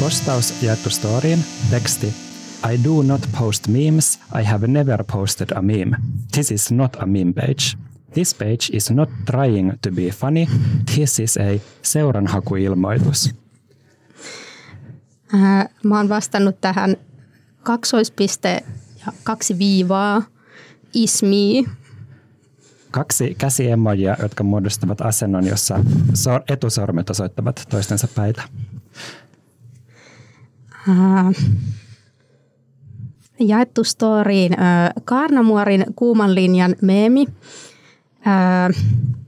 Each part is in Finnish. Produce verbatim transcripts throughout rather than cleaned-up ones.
Postaus jaettu storyin, teksti I do not post memes, I have never posted a meme. This is not a meme page. This page is not trying to be funny, this is a seuranhakuilmoitus. Äh, mä oon vastannut tähän kaksoispiste ja kaksi viivaa, is me. Kaksi käsiemojia, jotka muodostavat asennon, jossa etusormet osoittavat toistensa päitä. Äh, jaettu storyin äh, Kaarnamuorin kuuman linjan meemi, äh,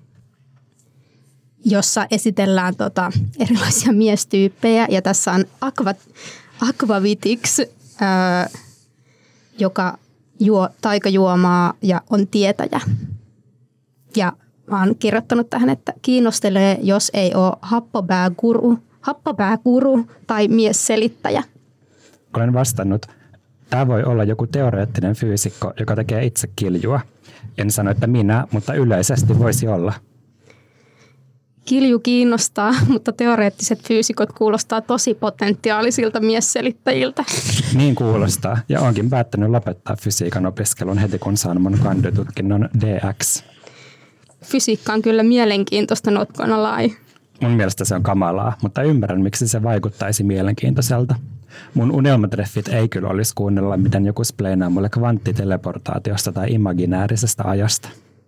jossa esitellään tota, erilaisia miestyyppejä. Ja tässä on Aqua, Aquavitix, äh, joka juo taikajuomaa ja on tietäjä. Ja mä oon kirjoittanut tähän, että kiinnostelee, jos ei ole happopääguru, happopääguru tai miesselittäjä. Olen vastannut, tämä voi olla joku teoreettinen fyysikko, joka tekee itse kiljua. En sano, että minä, mutta yleisesti voisi olla. Kilju kiinnostaa, mutta teoreettiset fyysikot kuulostaa tosi potentiaalisilta miesselittäjiltä. Niin kuulostaa, ja onkin päättänyt lopettaa fysiikan opiskelun heti, kun saan mun kanditutkinnon D X. Fysiikka on kyllä mielenkiintoista, not gonna lie. Mun mielestä se on kamalaa, mutta ymmärrän, miksi se vaikuttaisi mielenkiintoiselta. Mun unelmatreffit ei kyllä olisi kuunnella, miten joku spleinaa mulle kvanttiteleportaatiosta tai imaginäärisestä ajasta.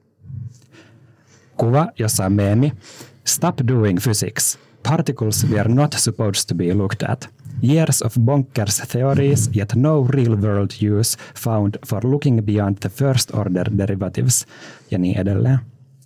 Kuva, jossa on meemi. Stop doing physics. Particles we are not supposed to be looked at. Years of bonkers theories, yet no real world use found for looking beyond the first order derivatives. Ja niin edelleen.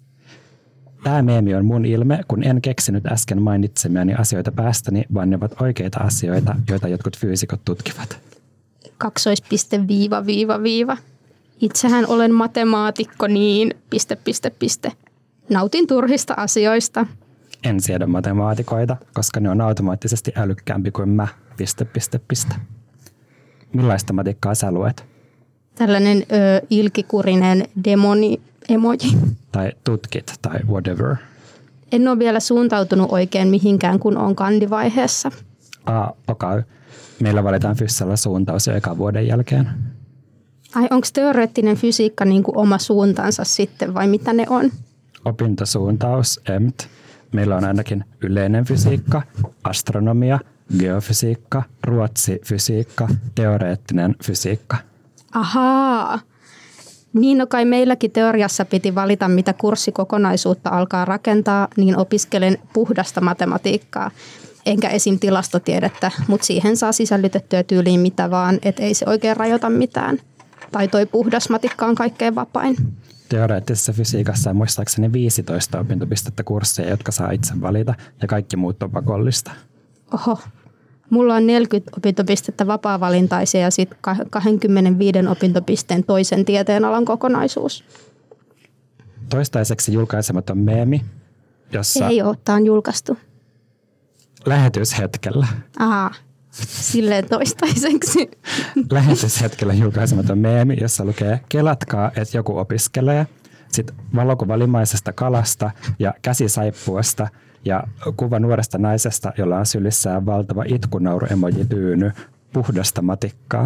Tämä meemi on mun ilme, kun en keksinyt äsken mainitsemiani asioita päästäni, vaan ne ovat oikeita asioita, joita jotkut fyysikot tutkivat. Kaksoispiste viiva viiva viiva. Itsehän olen matemaatikko niin, piste piste piste. Nautin turhista asioista. En siedä matemaatikoita, koska ne on automaattisesti älykkäämpi kuin mä, piste piste piste. Millaista matikkaa sä luet? Tällainen ö, ilkikurinen demoni-emoji. Tai tutkit tai whatever. En ole vielä suuntautunut oikein mihinkään, kun on kandivaiheessa. Ah, okei. Meillä valitaan Fyssalla suuntaus jo ekan vuoden jälkeen. Ai, onko teoreettinen fysiikka niin kuin oma suuntansa sitten vai mitä ne on? Opintosuuntaus, E M T. Meillä on ainakin yleinen fysiikka, astronomia, geofysiikka, ruotsifysiikka, teoreettinen fysiikka. Ahaa. Niin no kai meilläkin teoriassa piti valita, mitä kurssikokonaisuutta alkaa rakentaa, niin opiskelen puhdasta matematiikkaa. Enkä esim. Tilastotiedettä, mutta siihen saa sisällytettyä tyyliin mitä vaan, et ei se oikein rajoita mitään. Tai toi puhdas matikka on kaikkein vapain. Teoreettisessa fysiikassa on muistaakseni viisitoista opintopistettä kursseja, jotka saa itse valita, ja kaikki muut on pakollista. Oho. Mulla on neljäkymmentä opintopistettä vapaa-valintaisia ja sitten kaksikymmentäviisi opintopisteen toisen tieteenalan kokonaisuus. Toistaiseksi julkaisematon meemi, jossa... Ei ole, tämä on julkaistu. Lähetyshetkellä. Aha, silleen toistaiseksi. Lähetyshetkellä julkaisematon meemi, jossa lukee kelatkaa, että joku opiskelee. Sitten valokuva limaisesta kalasta ja käsisaippuasta ja kuva nuoresta naisesta, jolla on sylissään valtava itkunauru-emoji-tyyny, puhdasta matikkaa.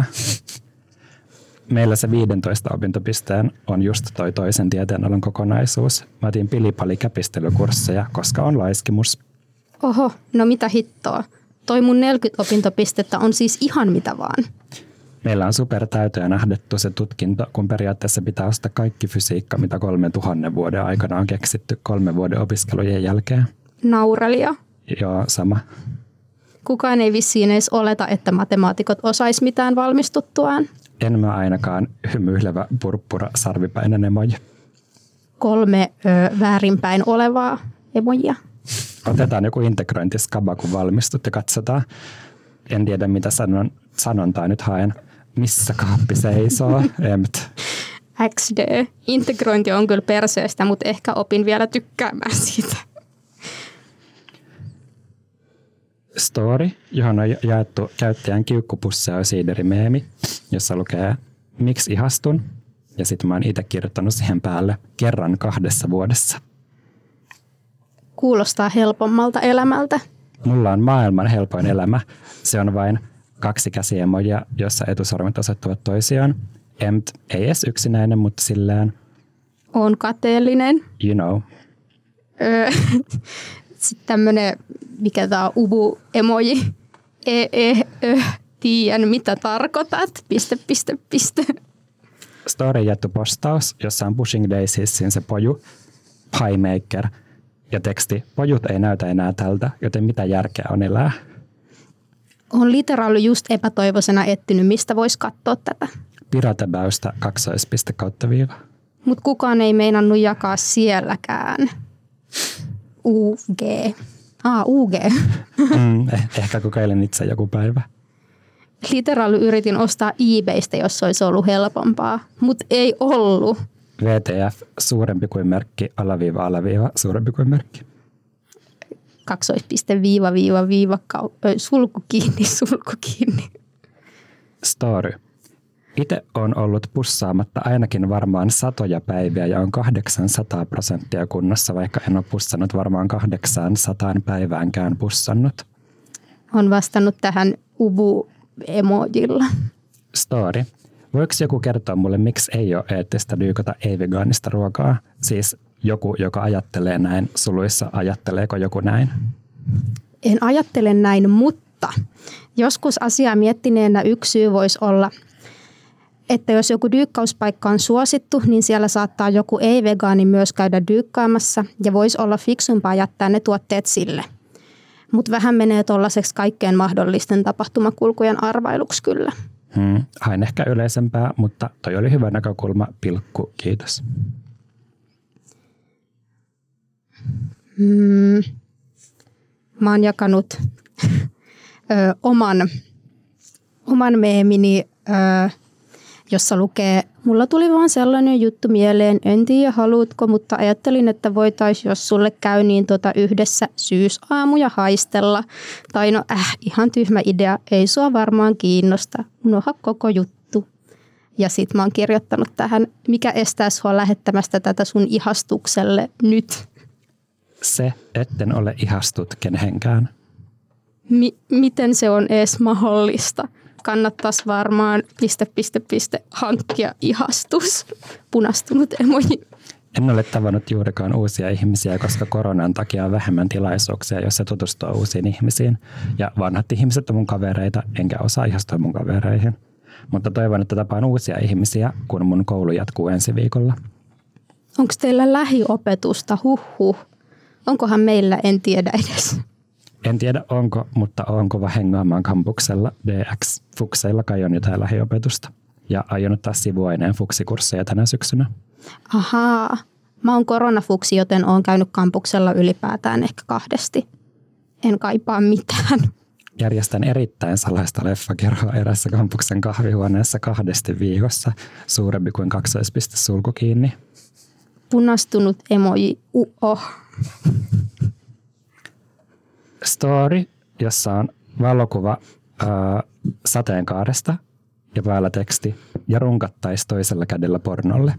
Meillä se viidentoista opintopisteen on just toi toisen tieteenalan kokonaisuus. Mä otin pilipali-käpistelykursseja, koska on laiskimus. Oho, no mitä hittoa. Toi mun neljäkymmentä opintopistettä on siis ihan mitä vaan. Meillä on supertäytöä nähdetty se tutkinto, kun periaatteessa pitää ostaa kaikki fysiikka, mitä kolmen tuhannen vuoden aikana on keksitty kolmen vuoden opiskelujen jälkeen. Naurelia. Joo, sama. Kukaan ei vissiin edes oleta, että matemaatikot osais mitään valmistuttuaan. En mä ainakaan hymyilevä purppura sarvipäinen emoji. Kolme ö, väärinpäin olevaa emojia. Otetaan joku integrointiskaba, kun valmistut ja katsotaan. En tiedä, mitä sanon, sanontaa nyt haen. Missä kaappi seisoo? Emt. X D. Integrointi on kyllä perseestä, mutta ehkä opin vielä tykkäämään siitä. Story, johon on jaettu käyttäjän kiukkupusseja siiderimeemi, jossa lukee miksi ihastun? Ja sitten mä oon itse kirjoittanut siihen päälle kerran kahdessa vuodessa. Kuulostaa helpommalta elämältä. Mulla on maailman helpoin elämä. Se on vain kaksi käsiemojia, jossa etusormet osoittavat toisiaan. Emt ei edes yksinäinen, mutta sillään. On kateellinen. You know. Öö, Sitten tämmönen, mikä tää on, ubu-emoji. E, e, ö, tiedän mitä tarkoitat. Piste, piste, piste. Story jätty postaus, jossa on Pushing Daisiesin se poju, Piemaker. Ja teksti, pojut ei näytä enää tältä, joten mitä järkeä on elää? On literaali just epätoivoisena etsinyt, mistä voisi katsoa tätä. Piratepäystä kaksoispiste kautta viiva. Mutta kukaan ei meinannut jakaa sielläkään. U G. Ah, U G. Mm, eh, ehkä kokeilen itse joku päivä. Literaali yritin ostaa eBaystä, jos olisi ollut helpompaa, mutta ei ollut. V T F suurempi kuin merkki, alaviiva, alaviiva, suurempi kuin merkki. Kaksoispiste, viiva, viiva, viiva, kau- ö, sulku kiinni, sulku kiinni. Story. Itse on ollut pussaamatta ainakin varmaan satoja päiviä ja on kahdeksansataa prosenttia kunnossa, vaikka en ole pussannut varmaan kahdeksansataan päiväänkään pussannut. On vastannut tähän ubu-emojilla. Story. Voiko joku kertoa mulle, miksi ei ole eettistä dyykata ei-vegaanista ruokaa? Siis joku, joka ajattelee näin, suluissa ajatteleeko joku näin? En ajattele näin, mutta joskus asiaa miettineenä yksi syy voisi olla, että jos joku dyykkauspaikka on suosittu, niin siellä saattaa joku ei-vegaani myös käydä dyykkaamassa ja voisi olla fiksumpaa jättää ne tuotteet sille. Mutta vähän menee tollaiseksi kaikkeen mahdollisten tapahtumakulkujen arvailuksi kyllä. Hmm, hain ehkä yleisempää, mutta toi oli hyvä näkökulma. Pilkku, kiitos. Hmm. Mä oon jakanut ö, oman, oman meemini, ö, jossa lukee, mulla tuli vaan sellainen juttu mieleen, en tiedä haluutko, mutta ajattelin, että voitaisiin, jos sulle käy, niin tota yhdessä syysaamuja haistella. Tai no äh, ihan tyhmä idea, ei sua varmaan kiinnosta, unoha koko juttu. Ja sit mä oon kirjoittanut tähän, mikä estää sua lähettämästä tätä sun ihastukselle nyt. Se, etten ole ihastut kenenkään. Mi- miten se on edes mahdollista? Kannattaisi varmaan piste, piste, piste, hankkia ihastus. Punastunut emoji. En ole tavannut juurikaan uusia ihmisiä, koska koronan takia on vähemmän tilaisuuksia, joissa tutustua uusiin ihmisiin. Ja vanhat ihmiset on mun kavereita, enkä osaa ihastua mun kavereihin. Mutta toivon, että tapaan uusia ihmisiä, kun mun koulu jatkuu ensi viikolla. Onko teillä lähiopetusta? Huhhuh. Onkohan meillä, en tiedä edes. En tiedä onko, mutta on kova hengaamaan kampuksella. D X-fukseilla kai on jotain lähiopetusta. Ja aion ottaa sivuaineen fuksikursseja tänä syksynä. Ahaa. Mä oon koronafuksi, joten oon käynyt kampuksella ylipäätään ehkä kahdesti. En kaipaa mitään. Järjestän erittäin salaista leffakerhoa erässä kampuksen kahvihuoneessa kahdesti viikossa. Suurempi kuin kaksoispiste sulku kiinni. Punastunut emoji. Uh-oh. Story, jossa on valokuva äh, sateenkaaresta ja päällä teksti ja runkattaisi toisella kädellä pornolle.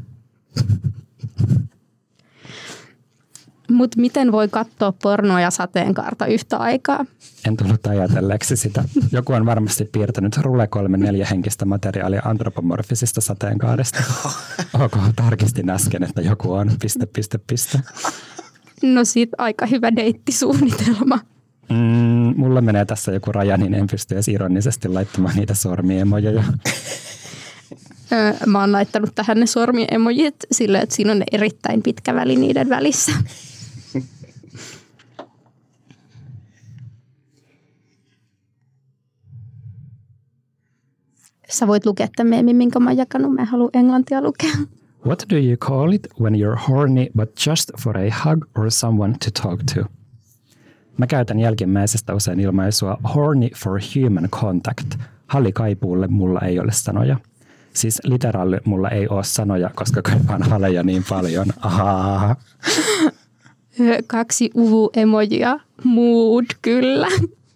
Mut miten voi katsoa pornoa ja sateenkaarta yhtä aikaa? En tullut ajatelleeksi sitä. Joku on varmasti piirtänyt Rule kolme neljä henkistä materiaalia antropomorfisista sateenkaaresta. Ok, tarkistin äsken, että joku on piste, piste, piste. No sit aika hyvä deittisuunnitelma. Mm, mulla menee tässä joku raja, niin en pysty edes ironisesti laittamaan niitä sormiemojoja. Öö, mä oon laittanut tähän ne sormiemojit sillä, että siinä on erittäin pitkä väli niiden välissä. Sä voit lukea tämän meemin, minkä mä oon jakanut. Mä en halua englantia lukea. What do you call it when you're horny but just for a hug or someone to talk to? Mä käytän jälkimmäisestä usein ilmaisua horny for human contact. Halikaipuulle mulla ei ole sanoja. Siis literaali mulla ei ole sanoja, koska kaipaan haleja niin paljon. Ahaa. Kaksi uvu-emojia. Mood, kyllä.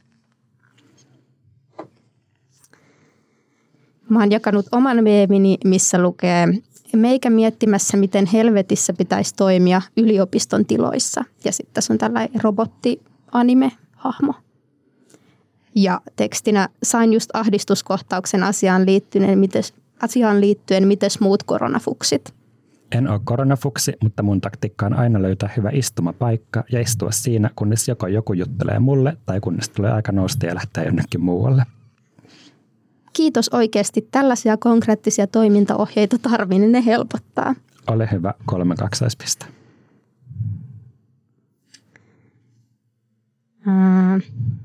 Mä oon jakanut oman meemini, missä lukee meikä miettimässä, miten helvetissä pitäisi toimia yliopiston tiloissa. Ja sitten tässä on tällainen robotti-anime-hahmo. Ja tekstinä sain just ahdistuskohtauksen asiaan liittyen, mites, asiaan liittyen, mites muut koronafuksit. En ole koronafuksi, mutta mun taktiikka on aina löytää hyvä istumapaikka ja istua siinä, kunnes joko joku juttelee mulle tai kunnes tulee aika nousta ja lähteä jonnekin muualle. Kiitos oikeasti. Tällaisia konkreettisia toimintaohjeita tarvin, niin ne helpottaa. Ole hyvä, kolme kaksaispiste. Mm.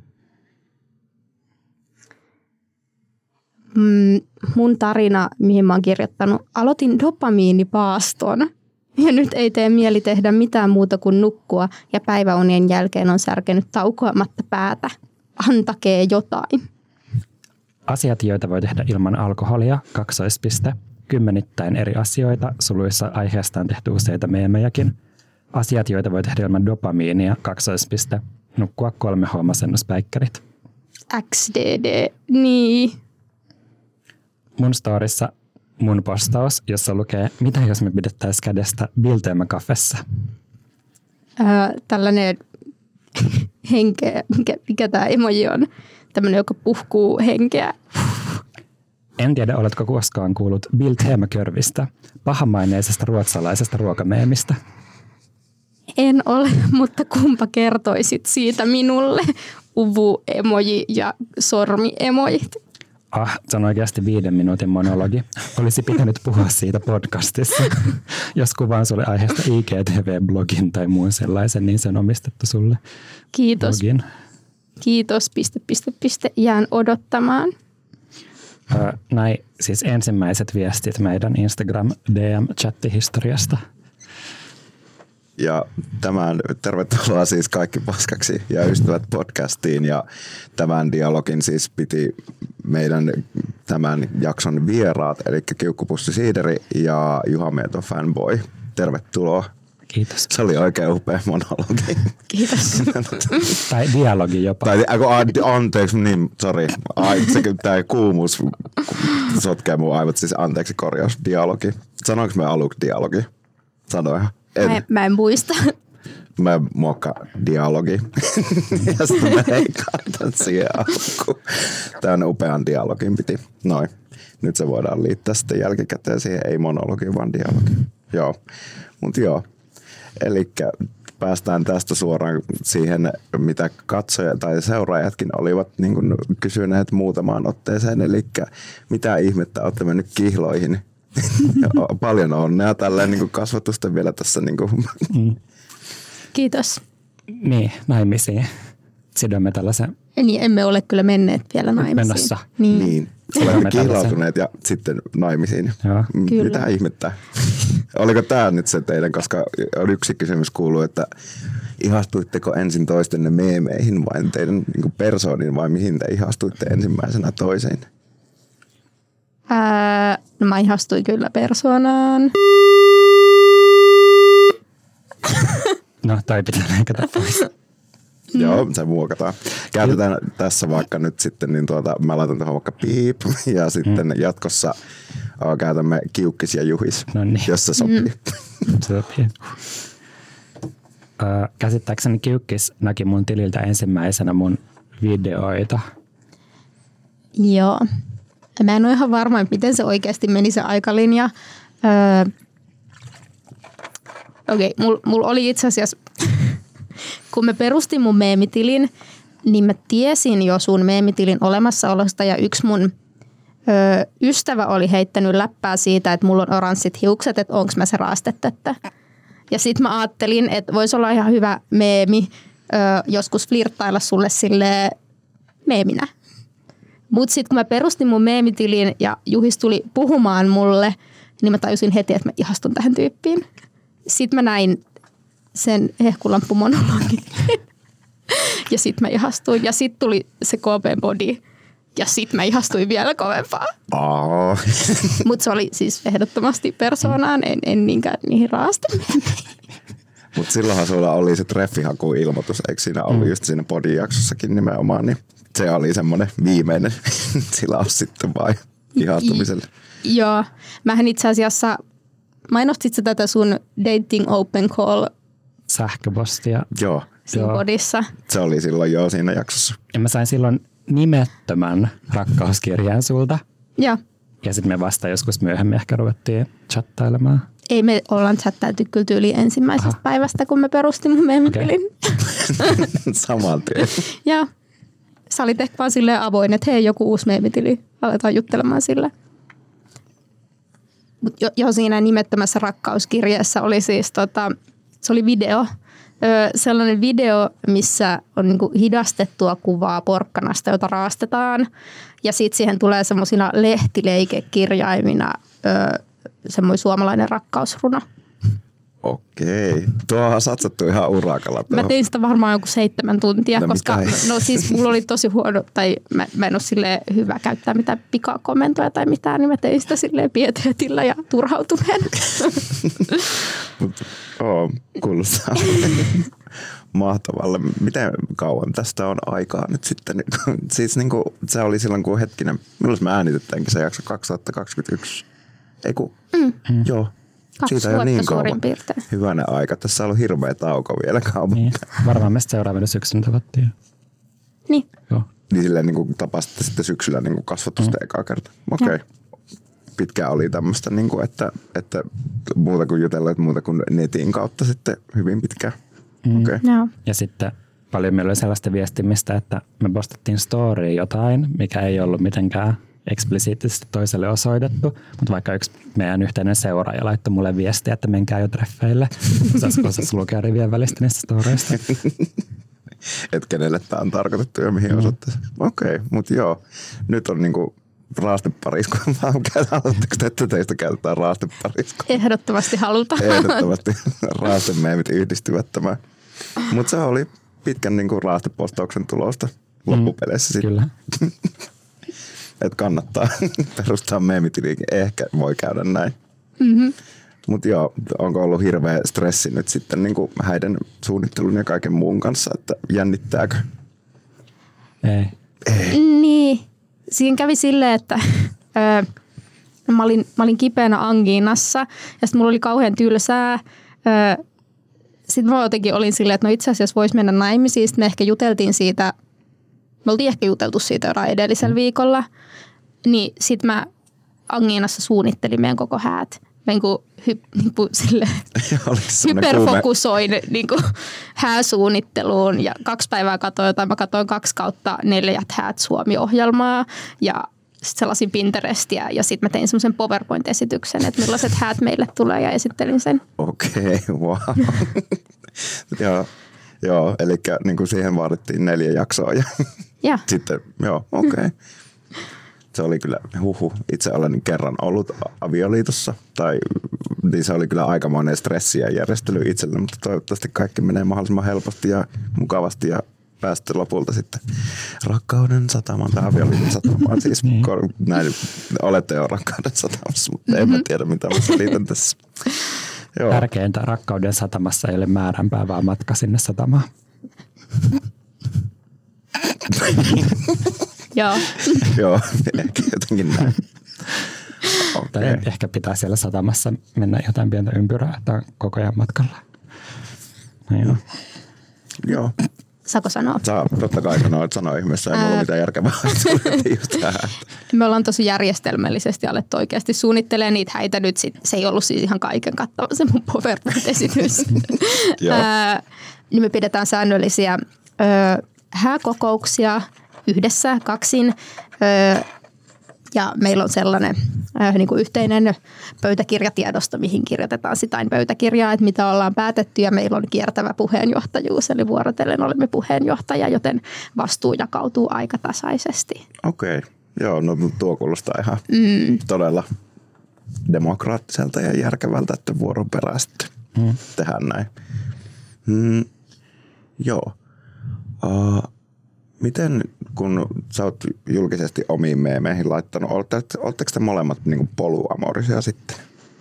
Mm, mun tarina, mihin mä oon kirjoittanut, aloitin dopamiinipaaston ja nyt ei tee mieli tehdä mitään muuta kuin nukkua ja päiväunien jälkeen on särkenyt taukoamatta päätä. Antakee jotain. Asiat, joita voi tehdä ilman alkoholia, kaksoispiste. Kymmenittäin eri asioita, suluissa aiheesta on tehty useita meemejäkin. Asiat, joita voi tehdä ilman dopamiinia, kaksoispiste. Nukkua kolme H-masennuspäikkärit. X D D, niin. Mun storissa mun postaus, jossa lukee, mitä jos me pidettäisiin kädestä Bilteemä kafessa? Öö, tällainen henkeä, mikä, mikä tämä emoji on? Tämmöinen, joka puhkuu henkeä. En tiedä, oletko koskaan kuullut Bilteemäkörvistä, pahamaineisesta ruotsalaisesta ruokameemistä. En ole, mutta kumpa kertoisit siitä minulle? Uvu-emoji ja sormi-emojit. Ah, se on oikeasti viiden minuutin monologi. Olisi pitänyt puhua siitä podcastissa. Jos kuvaan sulle aiheesta I G T V-blogin tai muun sellaisen, niin se on omistettu sulle. Kiitos. Blogin. Kiitos, piste, piste, piste. Jään odottamaan. Öö, näin siis ensimmäiset viestit meidän Instagram D M-chattihistoriasta. Ja tämän, tervetuloa siis kaikki paskaksi ja ystävät podcastiin, ja tämän dialogin siis piti meidän tämän jakson vieraat, eli Kiukkupussi Siideri ja Juha Mieto Fanboy. Tervetuloa. Kiitos. Se oli oikein upea monologi. Kiitos. Tai dialogi jopa. Tai anteeksi, niin, sori. Sekin tämä kuumuus sotkee mun aivot, siis anteeksi korjaus, dialogi. Sanoinko me aluksi dialogi? Sanoinhan. En. Mä, mä en muista. Mä muokkaan dialogi. Ja sitten mä heikaan tämän siihen alkuun. Tämän upean dialogin piti. Noin. Nyt se voidaan liittää sitten jälkikäteen siihen. Ei monologi, vaan dialogi. Joo. Mut joo. Elikkä päästään tästä suoraan siihen, mitä katsoja tai seuraajatkin olivat niin kuin kysyneet muutamaan otteeseen. Elikkä mitä ihmettä olette mennyt kihloihin? Paljon onnea tälleen niin kuin kasvatusten vielä tässä. Niin kuin. Mm. Kiitos. Niin, naimisiin. Sidomme tällaisen. Niin, emme ole kyllä menneet vielä naimisiin. Menossa. Niin. niin. Olemme kihlautuneet ja sitten naimisiin. Joo. Mitä ihmettä? Oliko tämä nyt se teidän, koska yksi kysymys kuuluu, että ihastuitteko ensin toistenne meemeihin vai teidän niin kuin persooniin vai mihin te ihastuitte ensimmäisenä toiseen? Ää, no mä ihastuin kyllä persoonaan. No, toi pitää leikata pois. Mm. Joo, se muokataan. Käytetään tässä vaikka nyt sitten, niin tuota, mä laitan tuohon vaikka piip ja sitten mm. jatkossa uh, käytämme kiukkis ja juhis, no niin. jos se sopii. Mm. Se sopii. Ö, käsittääkseni Kiukkis näki mun tililtä ensimmäisenä mun videoita. Joo. Mä en ole ihan varma, miten se oikeasti meni se aikalinja. Öö, Okei, okay, mulla mul oli itse asiassa, kun mä perustin mun meemitilin, niin mä tiesin jo sun meemitilin olemassaolosta ja yksi mun öö, ystävä oli heittänyt läppää siitä, että mulla on oranssit hiukset, että onko mä se raastetettä. Ja sit mä ajattelin, että voisi olla ihan hyvä meemi öö, joskus flirttailla sulle silleen meeminä. Mutta sitten kun mä perustin mun meemitilin ja Juhis tuli puhumaan mulle, niin mä tajusin heti, että mä ihastun tähän tyyppiin. Sitten mä näin sen hehkulamppumonologin. Ja sitten mä ihastuin. Ja sitten tuli se K P-body. Ja sitten mä ihastuin vielä kovempaa. Oh. Mutta se oli siis ehdottomasti persoonaan, en, en niinkään niihin raastemeemeihin. Mutta silloinhan sulla oli se treffihaku-ilmoitus, eikö siinä ollut mm. just siinä podijaksossakin nimenomaan, niin se oli semmoinen viimeinen silaus sitten vai ihastumiselle. I, joo. Mähän itse asiassa, mainostit sä tätä sun dating open call Sähköpostia. Joo. siinä podissa? Se oli silloin jo siinä jaksossa. Ja mä sain silloin nimettömän rakkauskirjeen sulta. Joo. Ja sitten me vasta joskus myöhemmin ehkä ruvettiin chattailemaan. Ei me ollaan chattailtu kyllä tyyliin ensimmäisestä Aha. päivästä, kun mä perustin mun meemitilin. Okay. Saman tien. Joo. Sä olit ehkä vaan silleen avoin, että hei, joku uusi meemitili. Aletaan juttelemaan sillä. Mut jo, jo siinä nimettömässä rakkauskirjeessä oli siis, tota, se oli video. Öö, sellainen video, missä on niinku hidastettua kuvaa porkkanasta, jota raastetaan. Ja sitten siihen tulee semmoisina lehtileikekirjaimina öö, semmoinen suomalainen rakkausruno. Okei. Tuo on satsattu ihan urakalla. Tuo. Mä tein sitä varmaan joku seitsemän tuntia, no, koska no siis mulla oli tosi huono, tai mä, mä en ole silleen hyvä käyttää mitään pikakomentoja tai mitään, niin mä tein sitä silleen pieteetillä ja turhautuneen. Oo, kuulostaa mahtavalle. Miten kauan tästä on aikaa nyt sitten? Siis niin kuin, se oli silloin, kun hetkinen, milloin me äänitettiinkin se jakso kaksituhattakaksikymmentäyksi? Eiku? Mm. Joo. Kaksi siitä vuotta niin suurin piirtein. Hyvänä aika. Tässä on ollut hirveä tauko vielä kauan. Niin. Varmaan me seuraavana syksynä tavattiin. Niin. Joo. Niin silleen niin kuin tapasitte sitten syksyllä niin kuin kasvatusta mm. ekaa kertaa. Okei. Okay. Pitkään oli tämmöistä, niin kuin, että, että muuta kuin jutella, että muuta kuin netin kautta sitten hyvin pitkään. Mm. Okay. No. Ja sitten paljon meillä oli sellaista viestimistä, että me postattiin storyin jotain, mikä ei ollut mitenkään eksplisiittisesti toiselle osoitettu, mutta vaikka yksi meidän yhteinen seuraaja laittoi mulle viestiä, että menkää jo treffeille. Osasi, osasi lukea rivien välistä niistä storeista. Että kenelle tämä on tarkoitettu ja mihin mm. osoitteeseen. Okei, okay, mutta joo. Nyt on niinku raasteparisko. Haluatteko te, että teistä käytetään raasteparisko? Ehdottomasti halutaan. Ehdottomasti raastemeemit yhdistyvät tämä. Mutta se oli pitkän niinku raastepostauksen tulosta loppupeleissä. Mm, kyllä. Että kannattaa perustaa meemitiliikin. Ehkä voi käydä näin. Mm-hmm. Mutta joo, onko ollut hirveä stressi nyt sitten niin kuin häiden suunnittelun ja kaiken muun kanssa, että jännittääkö? Ei. Ei. Niin. Siinä kävi silleen, että ö, mä, olin, mä olin kipeänä angiinassa ja sitten mulla oli kauhean tylsää. Sitten mä jotenkin olin silleen, että no itse asiassa voisi mennä naimisiin. Sitten me ehkä juteltiin siitä. Me oltiin ehkä juteltu siitä jotain edellisellä viikolla, niin sit mä angiinassa suunnittelin meidän koko häät. Mä niinku, hy, niinku sille, hyperfokusoin niinku, hääsuunnitteluun ja kaksi päivää katsoin jotain. Mä katsoin kaksi kautta neljät häät Suomi-ohjelmaa ja sit selasin Pinterestiä ja sitten mä tein semmoisen PowerPoint-esityksen, että millaiset häät meille tulee ja esittelin sen. Okei, okay, wow. Joo. Joo, eli niin kuin siihen vaadittiin neljä jaksoa ja, ja. sitten, joo, okei. Okay. Se oli kyllä, huhu, itse olen kerran ollut avioliitossa, tai niin se oli kyllä aikamoinen stressi ja järjestely itselle, mutta toivottavasti kaikki menee mahdollisimman helposti ja mukavasti ja päästä lopulta sitten rakkauden satamaan tai avioliiton satamaan. Siis niin. Näin, olette jo rakkauden satamassa, mutta mm-hmm. en mä tiedä mitä mä selitän tässä. Joo. Tärkeintä rakkauden satamassa ei ole määränpää, vaan matka sinne satamaan. Joo. Joo, ehkä jotenkin näin. Okay. Ehkä pitää siellä satamassa mennä jotain pientä ympyrää, että on koko ajan matkalla. No joo. Joo. Saako sanoa? Saa, totta kai sanoa, että sanoa ihmeessä ei Ää... mulla mitään järkevää. Me ollaan tosi järjestelmällisesti alettu oikeasti suunnittelemaan niitä häitä nyt. Sit, se ei ollut siis ihan kaiken kattava se mun PowerPoint-esitys. Ää, niin me pidetään säännöllisiä ö, hääkokouksia yhdessä, kaksin. Ö, ja meillä on sellainen äh, niin kuin yhteinen pöytäkirjatiedosto, mihin kirjoitetaan sitain pöytäkirjaa, että mitä ollaan päätetty. Ja meillä on kiertävä puheenjohtajuus, eli vuorotellen olemme puheenjohtaja, joten vastuu jakautuu aika tasaisesti. Okei, okay. Joo, no tuo kuulostaa ihan mm. todella demokraattiselta ja järkevältä, että vuoron perään sitten mm. tehdään näin. Mm, joo. Uh, Miten, kun sä oot julkisesti omiin meemeihin laittanut, oletteko te molemmat niin kuin polyamorisia sitten?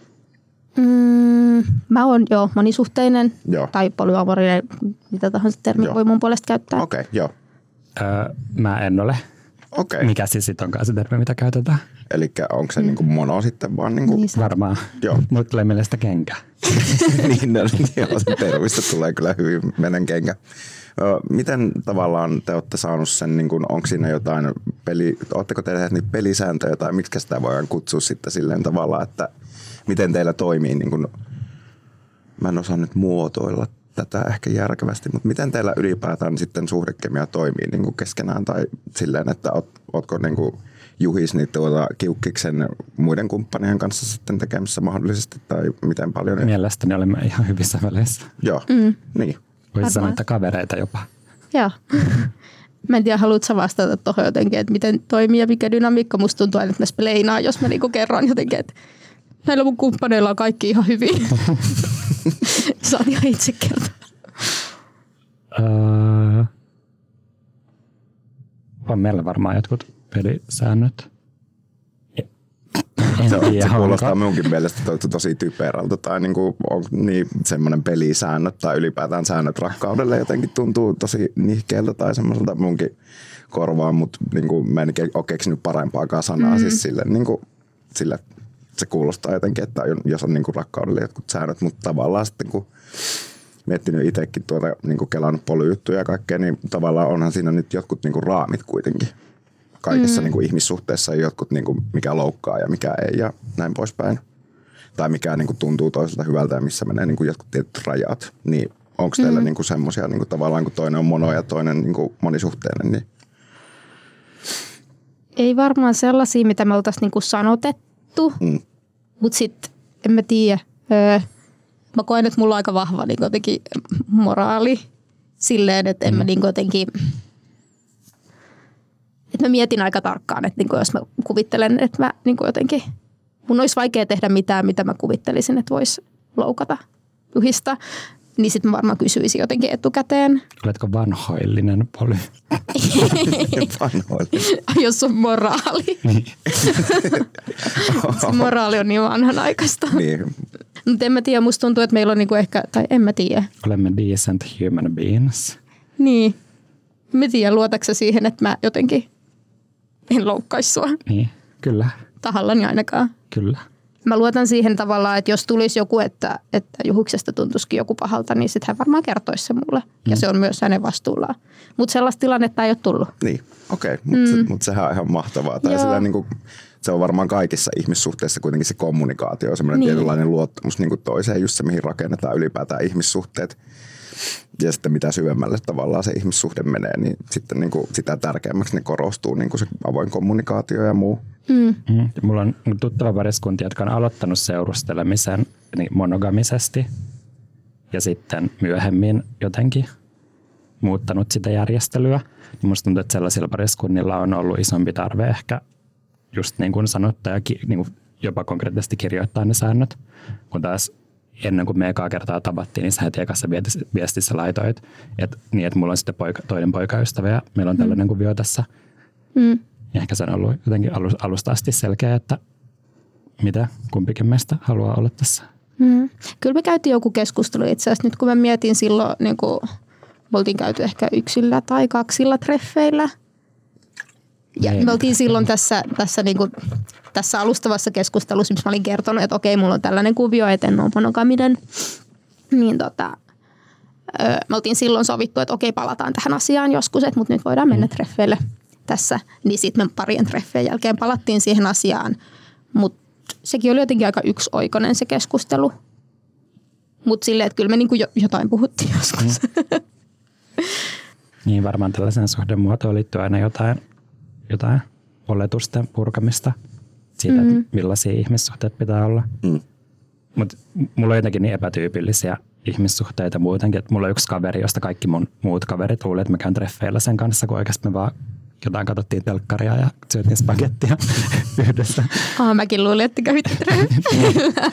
Mm, mä oon joo monisuhteinen joo. tai polyamorinen, mitä tahansa termi joo. voi mun puolesta käyttää. Okei, okay, joo. Öö, mä en ole. Okei. Mikä siis sitten onkaan se termi, mitä käytetään? Eli onko se mm. niinku mono sitten vaan? Niinku... Niin Varmaan. Joo. Mulle tulee mieleen sitä kenkä. niin, no, joo, se termistä tulee kyllä hyvin menen kenkä. Miten tavallaan te olette saanut sen, niin kuin, onko siinä jotain peli, oletteko te tehneet niitä pelisääntöjä tai miksi sitä voidaan kutsua sitten silleen tavalla, että miten teillä toimii, niin kuin, mä en osaa nyt muotoilla tätä ehkä järkevästi, mutta miten teillä ylipäätään sitten suhdekemia toimii niin kuin keskenään tai silleen, että oot, ootko niin kuin Juhis niin tuota Kiukkiksen muiden kumppanien kanssa sitten tekemässä mahdollisesti tai miten paljon? Mielestäni olemme ihan hyvissä väleissä. Joo, mm. niin. Voisi sanoa, että kavereita jopa. Joo. Mä en tiedä, haluatko vastata tuohon jotenkin, että miten toimii ja mikä dynamiikka. Musta tuntuu aina, että mä spleinaan, jos mä niinku kerron jotenkin, että näillä mun kumppaneilla on kaikki ihan hyvin. Saat ihan itse kertoa. Öö, on meillä varmaan jotkut pelisäännöt. Se, on, se kuulostaa minunkin mielestä to, tosi typerältä tai niinku, on niin semmoinen pelisäännöt tai ylipäätään säännöt rakkaudelle jotenkin tuntuu tosi nihkeeltä tai semmoiselta munkin korvaan, mutta niinku, mä en ole keksinyt parempaakaan sanaa mm-hmm. siis sille, niinku, sille, se kuulostaa jotenkin, että jos on niinku rakkaudelle jotkut säännöt, mutta tavallaan sitten kun miettinyt itsekin tuota niinku kelannut polyjuttuja ja kaikkea, niin tavallaan onhan siinä nyt jotkut niinku raamit kuitenkin. Kaikessa mm. niin kuin ihmissuhteessa jotkut, niin kuin mikä loukkaa ja mikä ei ja näin poispäin. Tai mikä niin kuin tuntuu toiselta hyvältä ja missä menee niin kuin jotkut tietyt rajat. Niin onko teillä mm. niin kuin semmoisia niin kuin tavallaan, kun toinen on mono ja toinen niin kuin monisuhteinen? Niin... Ei varmaan sellaisia, mitä me oltaisiin niin kuin sanotettu, mm. mutta sitten en mä tiedä. Öö, mä koen, että mulla on aika vahva niin jotenkin moraali silleen, että en mm. mä niin jotenkin... Että mä mietin aika tarkkaan, että niinku jos mä kuvittelen, että mä niinku jotenkin, mun olisi vaikea tehdä mitään, mitä mä kuvittelisin, että voisi loukata Juhista, niin sitten mä varmaan kysyisin jotenkin etukäteen. Oletko vanhoillinen poly? Vanhoillinen. Jos on moraali. Niin. Se moraali on niin vanhanaikaista. Niin. Mutta en mä tiedä, musta tuntuu, että meillä on niinku ehkä, tai en mä tiedä. Olemme decent human beings. Niin. Mä tiedän, luotatko siihen, että mä jotenkin en loukkaisi sua. Niin, kyllä. Tahallani ainakaan. Kyllä. Mä luotan siihen tavallaan, että jos tulisi joku, että, että Juhuksesta tuntuisikin joku pahalta, niin sitten hän varmaan kertoisi se mulle. Mm. Ja se on myös hänen vastuullaan. Mutta sellaista tilannetta ei ole tullut. Niin, okei. Okay. Mutta mm. mut sehän on ihan mahtavaa. Tai sillä, niin kuin, se on varmaan kaikissa ihmissuhteissa kuitenkin se kommunikaatio, semmoinen niin. tietynlainen luottamus niin kuin toiseen, just se mihin rakennetaan ylipäätään ihmissuhteet. Ja sitten mitä syvemmälle tavallaan se ihmissuhde menee, niin sitten niin kuin sitä tärkeämmäksi ne korostuu niin kuin se avoin kommunikaatio ja muu. Mm. Mm. Mulla on tuttava pariskunti, jotka on aloittanut seurustelemisen niin monogamisesti ja sitten myöhemmin jotenkin muuttanut sitä järjestelyä. Niin musta tuntuu, että sellaisilla pariskunnilla on ollut isompi tarve ehkä just niin kuin sanottu ja ki, niin kuin jopa konkreettisesti kirjoittaa ne säännöt, kun taas ennen kuin me ekaa kertaa tavattiin, niin sä heti ekassa viestissä laitoit, että niin, että mulla on sitten poika, toinen poikaystävä ja meillä on tällainen mm. kuvio tässä. Mm. Ehkä se on ollut jotenkin alusta asti selkeä, että mitä kumpikin meistä haluaa olla tässä. Mm. Kyllä me käytiin joku keskustelu itse asiassa. Nyt kun mä mietin silloin, niin kuin me oltiin käyty ehkä yksillä tai kaksilla treffeillä. Ja Ei, me oltiin silloin tässä, tässä, niin kuin, tässä alustavassa keskustelussa, missä mä olin kertonut, että okei, mulla on tällainen kuvio, että en ole monogaminen. Niin tota, me oltiin silloin sovittu, että okei, palataan tähän asiaan joskus, että, mutta nyt voidaan mennä treffeille tässä. Niin sitten me parien treffien jälkeen palattiin siihen asiaan. Mutta sekin oli jotenkin aika yksioikoinen se keskustelu. Mutta silleen, että kyllä me niin kuin jotain puhuttiin joskus. Mm. Niin varmaan tällaisen suhdemuotoon liittyy aina jotain. jotain oletusten purkamista siitä, mm. että millaisia ihmissuhteet pitää olla. Mm. Mutta mulla on jotenkin niin epätyypillisiä ihmissuhteita muutenkin, että mulla on yksi kaveri, josta kaikki mun muut kaverit luulee, että mä käyn treffeillä sen kanssa, kun oikeasti me vaan jotain katsottiin telkkaria ja syötiin spagettia yhdessä. Ah, mäkin luulin, että kävitte treffeillä.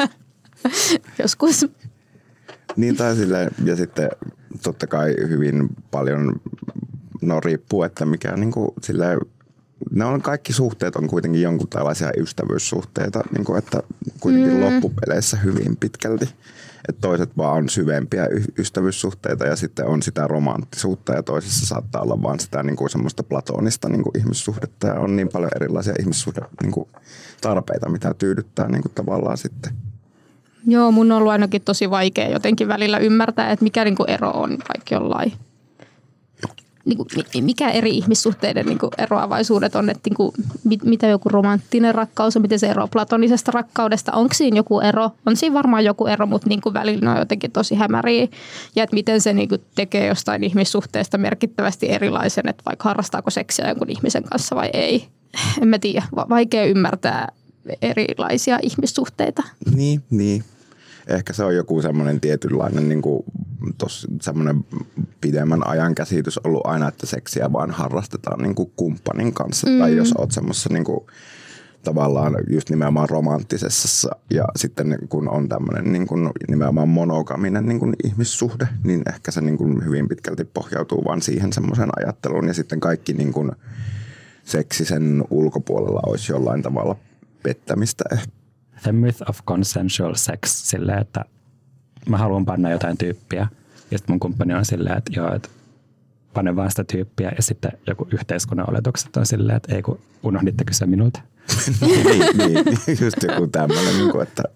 Joskus. Niin tai silleen, ja sitten totta kai hyvin paljon no riippuu, että mikä niin kuin, silleen, ne on kaikki suhteet on kuitenkin jonkun tällaisia ystävyyssuhteita, niin kuin, että kuitenkin mm. loppupeleissä hyvin pitkälti. että toiset vaan on syvempiä ystävyyssuhteita ja sitten on sitä romanttisuutta ja toisessa saattaa olla vaan sitä niin kuin semmoista platonista niin kuin ihmissuhdetta ja on niin paljon erilaisia ihmissuhde niin kuin tarpeita, mitä tyydyttää niin kuin tavallaan sitten. Joo, mun on ollut ainakin tosi vaikea jotenkin välillä ymmärtää, että mikä niin kuin ero on vaikka jollain. Niin kuin, mikä eri ihmissuhteiden niin kuin eroavaisuudet on, että niin kuin, mit, mitä joku romanttinen rakkaus on, miten se eroaa platonisesta rakkaudesta, onko siinä joku ero, on siinä varmaan joku ero, mutta niin kuin välillä ne on jotenkin tosi hämäriä ja että miten se niin kuin tekee jostain ihmissuhteesta merkittävästi erilaisen, että vaikka harrastaako seksiä jonkun ihmisen kanssa vai ei, en mä tiedä, vaikea ymmärtää erilaisia ihmissuhteita. Niin, niin. Ehkä se on joku semmoinen tietynlainen niin kuin, tos, semmoinen pidemmän ajan käsitys ollut aina, että seksiä vaan harrastetaan niin kuin kumppanin kanssa. Mm. Tai jos oot semmoisessa niin kuin, tavallaan just nimenomaan romanttisessa ja sitten kun on tämmöinen niin kuin, nimenomaan monogaminen niin kuin ihmissuhde, niin ehkä se niin kuin, hyvin pitkälti pohjautuu vaan siihen semmoiseen ajatteluun. Ja sitten kaikki niin kuin, seksi sen ulkopuolella olisi jollain tavalla pettämistä ehkä. The myth of consensual sex silleen, että mä haluan panna jotain tyyppiä ja sitten mun kumppani on silleen, että joo, että pane vaan sitä tyyppiä ja sitten joku yhteiskunnan oletukset on silleen, että ei kun unohditte kysyä minulta. niin, niin, just joku tämmöinen, niin kuin, että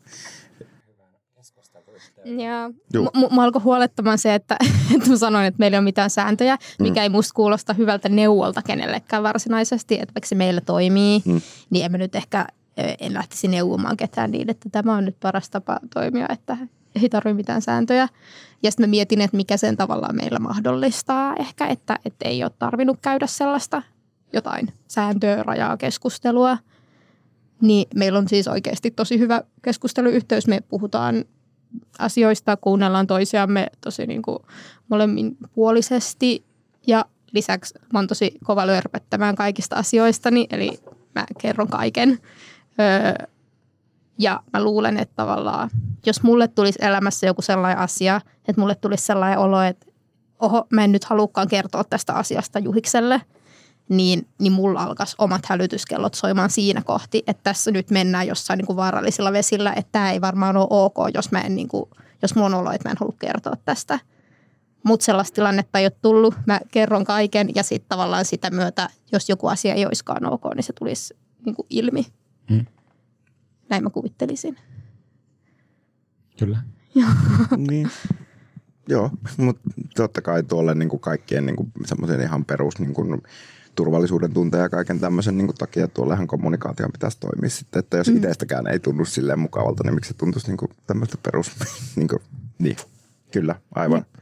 Joo. M- mä alkoi huolettamaan se, että, että mä sanoin, että meillä ei ole mitään sääntöjä, mikä mm. ei musta kuulosta hyvältä neuvolta kenellekään varsinaisesti, että vaikka se meillä toimii, mm. niin en mä nyt ehkä en lähtisi neuvomaan ketään niin, että tämä on nyt paras tapa toimia, että ei tarvitse mitään sääntöjä. Ja sitten mä mietin, että mikä sen tavallaan meillä mahdollistaa ehkä, että, että ei ole tarvinnut käydä sellaista jotain sääntöä, rajaa, keskustelua. Niin meillä on siis oikeasti tosi hyvä keskusteluyhteys. Me puhutaan asioista, kuunnellaan toisiamme tosi niin kuin molemminpuolisesti ja lisäksi mä oon tosi kova lörpöttämään kaikista asioistani, eli mä kerron kaiken. Öö, ja mä luulen, että tavallaan, jos mulle tulisi elämässä joku sellainen asia, että mulle tulisi sellainen olo, että oho, mä en nyt halukaan kertoa tästä asiasta Juhikselle, niin, niin mulla alkaisi omat hälytyskellot soimaan siinä kohti, että tässä nyt mennään jossain niin kuin vaarallisilla vesillä, että tämä ei varmaan ole ok, jos, mä en, niin kuin, jos mulla on olo, että mä en halua kertoa tästä. Mutta sellaista tilannetta ei ole tullut. Mä kerron kaiken ja sitten tavallaan sitä myötä, jos joku asia ei olisikaan ok, niin se tulisi niin kuin ilmi. Hmm. Näin mä kuvittelisin. Kyllä. niin. Joo, mutta totta kai tuolle niin kuin kaikkien niin kuin semmoisen ihan perus niin kuin turvallisuuden tunteen ja kaiken tämmöisen niin kuin takia tuollehan kommunikaation pitäisi toimia sitten. Että jos mm. itsestäkään ei tunnu silleen mukavalta, niin miksi se tuntuisi niin kuin tämmöistä perus... niin, kuin, niin, kyllä, aivan. Mm.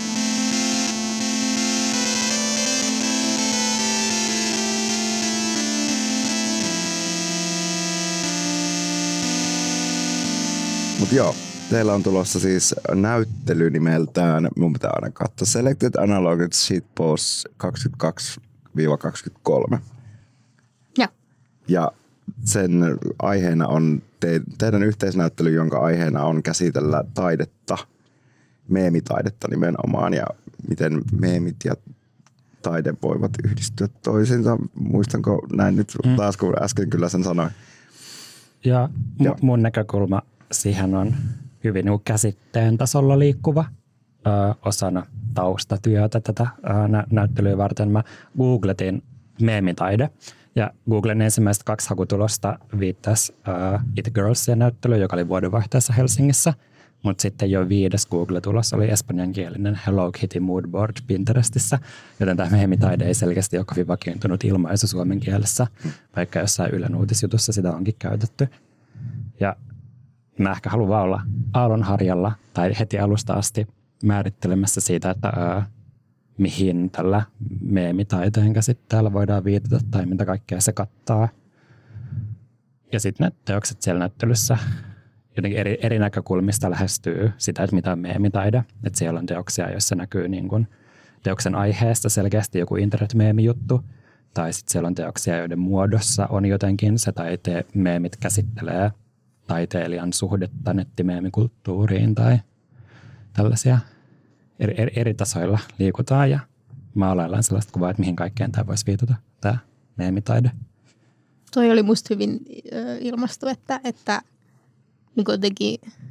Mutta joo, teillä on tulossa siis näyttely nimeltään, mun pitää aina katsoa, Selected Analogous Shitposts kaksikymmentäkaksi kaksikymmentäkolme. Ja. Ja sen aiheena on te, teidän yhteisnäyttely, jonka aiheena on käsitellä taidetta, meemitaidetta nimenomaan, ja miten meemit ja taide voivat yhdistyä toisiinsa. Muistanko näin nyt taas, kun äsken kyllä sen sanoin. Ja m- mun näkökulma siihen on hyvin käsitteen tasolla liikkuva ö, osana taustatyötä tätä ö, nä- näyttelyä varten. Mä googletin meemitaide ja Googlen ensimmäiset kaksi hakutulosta viittasi ö, It Girlsien näyttelyyn, joka oli vuodenvaihteessa Helsingissä. Mutta sitten jo viides Google-tulos oli espanjankielinen Hello Kitty Moodboard Pinterestissä, joten tämä meemitaide ei selkeästi ole kovin vakiintunut ilmaisu suomen kielessä, vaikka jossain Ylen uutisjutussa sitä onkin käytetty. Ja mä ehkä haluan vaan olla aallonharjalla tai heti alusta asti määrittelemässä siitä, että ää, mihin tällä meemitaiteen käsitteellä voidaan viitata tai mitä kaikkea se kattaa. Ja sitten ne teokset siellä näyttelyssä jotenkin eri, eri näkökulmista lähestyy sitä, että mitä on meemitaide. Että siellä on teoksia, joissa näkyy niin kun teoksen aiheesta selkeästi joku internet-meemijuttu. Tai sitten siellä on teoksia, joiden muodossa on jotenkin se taite, meemit käsittelee taiteilijan suhdetta nettimeemikulttuuriin tai tällaisia eri, eri, eri tasoilla liikutaan ja maalaillaan sellaista kuvaa, että mihin kaikkeen tämä voisi viitata, tämä meemitaide. Toi oli musta hyvin ilmastu, että, että niin jotenkin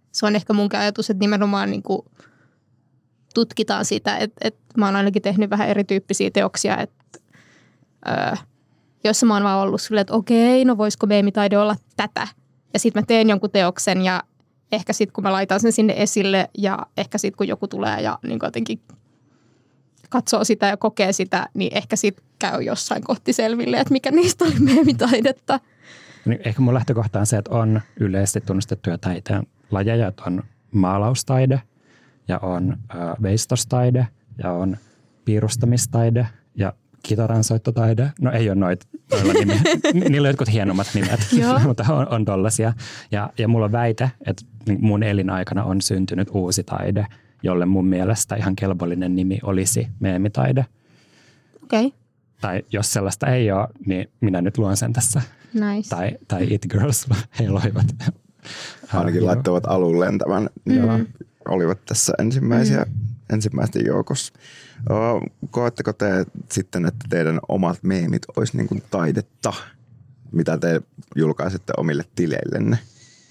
se on ehkä munkin ajatus, että nimenomaan niin kuin tutkitaan sitä, että, että mä oon ainakin tehnyt vähän erityyppisiä teoksia, että öö, jossa mä oon vaan ollut silleen, että okei, no voisiko meemitaide olla tätä. Ja sitten mä teen jonkun teoksen ja ehkä sitten kun mä laitan sen sinne esille ja ehkä sitten kun joku tulee ja niin jotenkin katsoo sitä ja kokee sitä, niin ehkä sitten käy jossain kohti selville, että mikä niistä oli meemitaidetta. Ehkä mun lähtökohta on se, että on yleisesti tunnustettuja taiteen lajeja, että on maalaustaide ja on äh, veistostaide ja on piirustamistaide ja kitaransoittotaide. No ei ole noita, noilla nimiä. Niillä on jotkut hienommat nimet, mutta on, on tollaisia. Ja, ja mulla on väite, että mun elinaikana on syntynyt uusi taide, jolle mun mielestä ihan kelvollinen nimi olisi meemitaide. Okei. Okay. Tai jos sellaista ei ole, niin minä nyt luon sen tässä. Nice. Tai, tai It Girls, he loivat. Ainakin laittoivat alulleen tämän. Mm. Olivat tässä ensimmäisiä, mm. ensimmäisten joukossa. Koetteko te sitten, että teidän omat meemit olisi niin kuin taidetta, mitä te julkaisette omille tileillenne?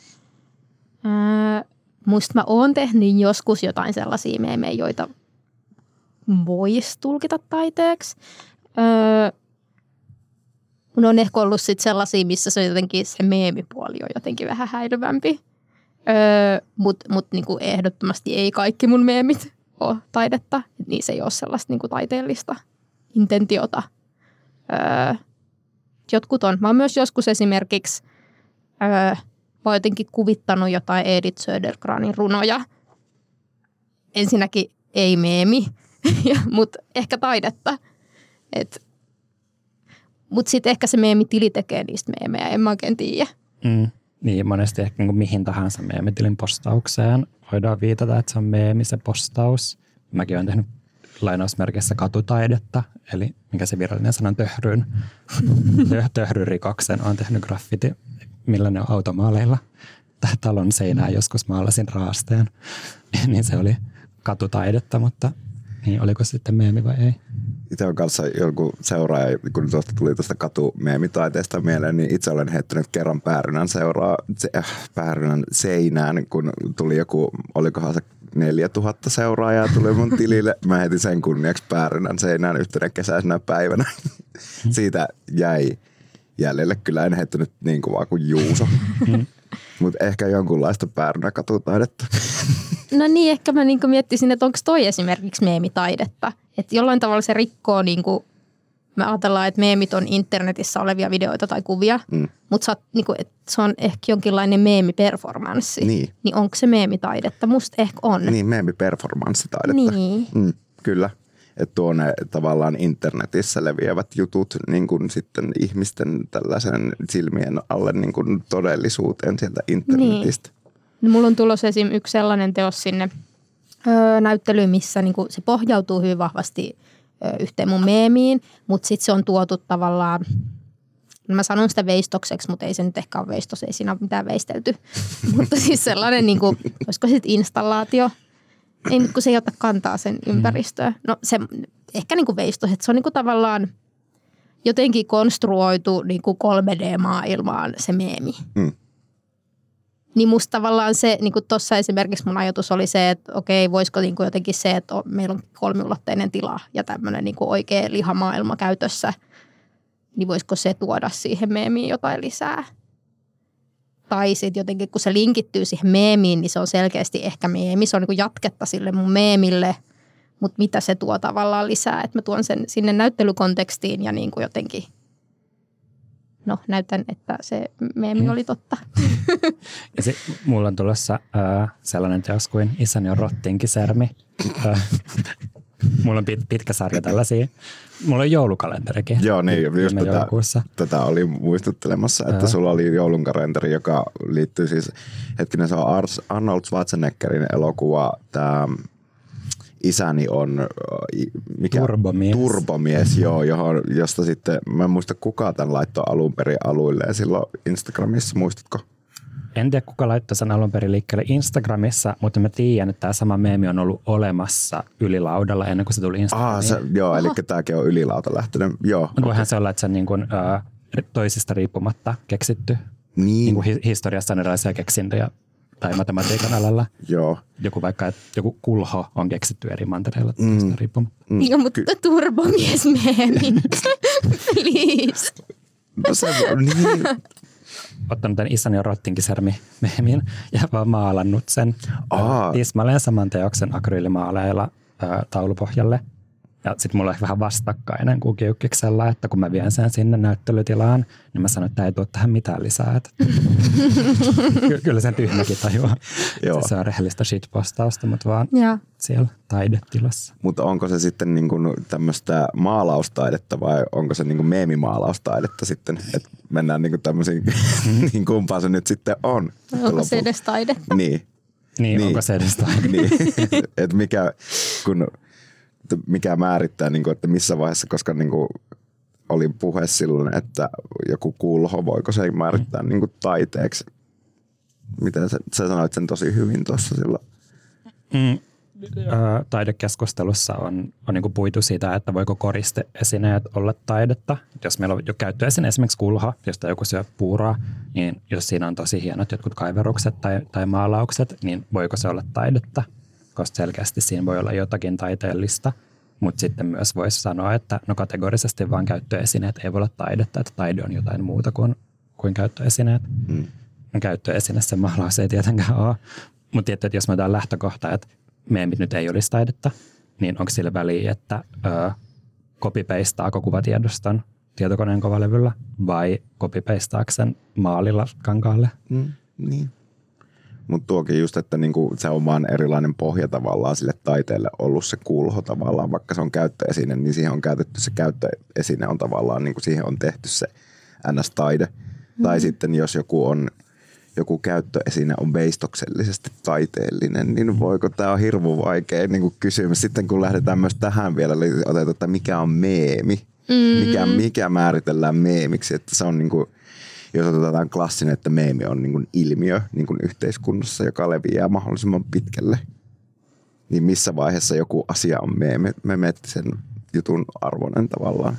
Äh, musta mä oon tehnyt joskus jotain sellaisia meemejä, joita voisi tulkita taiteeksi. Öö, mun on ehkä ollut sit sellaisia, missä se, jotenkin, se meemipuoli on jotenkin vähän häilyvämpi. Öö, Mutta mut niinku ehdottomasti ei kaikki mun meemit ole taidetta. Niissä ei ole sellaista niinku taiteellista intentiota. Öö, jotkut on. Mä oon myös joskus esimerkiksi öö, mä oon jotenkin kuvittanut jotain Edith Södergranin runoja. Ensinnäkin ei meemi, mutta ehkä taidetta. Mutta sitten ehkä se meemitili tekee niistä meemejä, en mä oikein tiedä. Mm. Niin, monesti ehkä niin mihin tahansa meemitilin postaukseen voidaan viitata, että se on meemi, se postaus. Mäkin olen tehnyt lainausmerkissä katutaidetta, eli mikä se virallinen sana on töhryn. Töhryrikoksen olen tehnyt graffiti, millä ne on automaaleilla. Talon seinään joskus maalasin raasteen, niin se oli katutaidetta, mutta niin oliko sitten meemi vai ei? Itse on kanssa joku seuraaja, kun tuosta tuli tuosta katumeemitaiteesta mieleen, niin itse olen heittänyt kerran Päärynän seuraa, se, äh, Päärynän seinään, kun tuli joku, olikohan se neljätuhatta seuraajaa tuli mun tilille. Mä heitin sen kunniaksi Päärynän seinään yhtenä kesäisenä päivänä. Siitä jäi jäljelle. Kyllä en heittänyt niin kovaa kuin Juuso. Mutta ehkä jonkunlaista Päärynä katutaidetta. No niin, ehkä mä niinku miettisin, että onko toi esimerkiksi meemitaidetta. Että jollain tavalla se rikkoo, niinku, me ajatellaan, että meemit on internetissä olevia videoita tai kuvia, mm. mutta niinku, se on ehkä jonkinlainen meemiperformanssi. Niin. Niin onko se meemitaidetta? Musta ehkä on. Niin, meemiperformanssitaidetta. Niin. Mm, kyllä. Että tuo ne tavallaan internetissä leviävät jutut niin kuin sitten ihmisten tällaisen silmien alle niin kuin todellisuuteen sieltä internetistä. Niin. No, mulla on tulossa esim. Yksi sellainen teos sinne öö, näyttelyyn, missä niinku, se pohjautuu hyvin vahvasti öö, yhteen mun meemiin, mutta sitten se on tuotu tavallaan, no mä sanon sitä veistokseksi, mutta ei se nyt ehkä ole veistos, ei siinä ole mitään veistelty. Mutta siis sellainen, niinku, olisiko sitten installaatio, ei nyt kun se ei ota kantaa sen ympäristöä. No se ehkä niinku veistos, että se on niinku tavallaan jotenkin konstruoitu niinku kolme D-maailmaan se meemi. Mm. Niin musta tavallaan se, niin kuin tuossa esimerkiksi mun ajatus oli se, että okei, voisiko niin kuin jotenkin se, että meillä on kolmiulotteinen tila ja tämmöinen niin kuin oikea lihamaailma käytössä, niin voisiko se tuoda siihen meemiin jotain lisää? Tai sitten jotenkin, kun se linkittyy siihen meemiin, niin se on selkeästi ehkä meemi, se on niin kuin jatketta sille mun meemille, mutta mitä se tuo tavallaan lisää, että mä tuon sen sinne näyttelykontekstiin ja niin kuin jotenkin no, näytän, että se meemi oli totta. Ja sit, mulla on tulossa äh, sellainen teos kuin Isäni on rottinkisärmi. Äh, mulla on pit, pitkä sarja tällaisia. Mulla on joulukalenterikin. Joo, niin. Just tätä, tätä oli muistuttelemassa, että äh. sulla oli joulunkalenteri, joka liittyy siis, hetkinen, se on Arnold Schwarzeneggerin elokuva, tämä Isäni on mikä? Turbomies. Turbomies, joo, johon, josta sitten, mä en muista kuka tämän laittoi alun perin aluilleen silloin Instagramissa, muistatko? En tiedä kuka laittoi sen alun perin liikkeelle Instagramissa, mutta mä tiedän, että tämä sama meemi on ollut olemassa ylilaudalla ennen kuin se tuli Instagramiin. Ah, se, joo, eli tämäkin on ylilauta lähtenyt, joo. Mutta voihan se olla, että se on niin kuin, äh, toisista riippumatta keksitty. Niin. Niin kuin hi- historiassa on erilaisia keksintöjä tai matematiikan alalla. Joo. Joku vaikka, että joku kulho on keksitty eri mantereilla mm. riippumatta. Mm. Ja, mutta Ky- turbomies-meemi. Please. Se, niin. Ottanut tämän Isan ja Rottinkisermi-meemin ja vaan maalannut sen Aa. tismalleen saman teoksen akryylimaaleilla ää, taulupohjalle. Ja sitten mulla on vähän vastakkainen kuin Kiukkiksella, että kun mä vien sen sinne näyttelytilaan, niin mä sanon, että ei tule tähän mitään lisää. Ky- kyllä sen tyhmäkin tajuaa. Se on rehellistä shitpostausta, mutta vaan ja. Siellä taidetilassa. Mutta onko se sitten niinku tämmöistä maalaustaidetta vai onko se niinku meemimaalaustaidetta sitten? Että mennään niinku tämmöisiin, niin kumpaan se nyt sitten on. Onko se edes taidetta? Niin. Niin, niin. Onko se edes taidetta? Niin. Että mikä, kun... mikä määrittää, niin kuin, että missä vaiheessa, koska niin kuin, oli puhe silloin, että joku kulho, voiko se määrittää niin kuin, taiteeksi. Miten sä, sä sanoit sen tosi hyvin tuossa silloin? Mm, taidekeskustelussa on, on niin kuin puitu siitä, että voiko koristeesineet olla taidetta. Jos meillä on jo käyttöesine, esimerkiksi kulho, josta joku syö puuraa, niin jos siinä on tosi hienot jotkut kaiverukset tai, tai maalaukset, niin voiko se olla taidetta? Koska selkeästi siinä voi olla jotakin taiteellista, mutta sitten myös voisi sanoa, että no kategorisesti vaan käyttöesineet ei voi olla taidetta, että taide on jotain muuta kuin, kuin käyttöesineet. Mm. Käyttöesine se maalaus ei tietenkään ole, mutta tietysti, että jos me otetaan lähtökohta, että meemit nyt ei olisi taidetta, niin onko sillä väliä, että ö, copy-pastaako kuvatiedoston tietokoneen kovalevyllä vai copy-pastaako sen maalilla kankaalle? Mm, niin. Mutta tuokin just, että niinku se on vaan erilainen pohja tavallaan sille taiteelle ollut se kulho tavallaan, vaikka se on käyttöesine, niin siihen on käytetty se käyttöesine on tavallaan, niinku siihen on tehty se N S-taide. Mm. Tai sitten jos joku on, joku käyttöesine on veistoksellisesti taiteellinen, niin voiko, tämä on hirveän vaikea niinku kysymys. Sitten kun lähdetään myös tähän vielä, eli otetaan, että mikä on meemi, mm. mikä, mikä määritellään meemiksi, että se on niinku, jos otetaan klassinen, että meemi on niin kuin ilmiö niin kuin yhteiskunnassa, joka leviää mahdollisimman pitkälle, niin missä vaiheessa joku asia on meemi, memettisen jutun arvoinen tavallaan?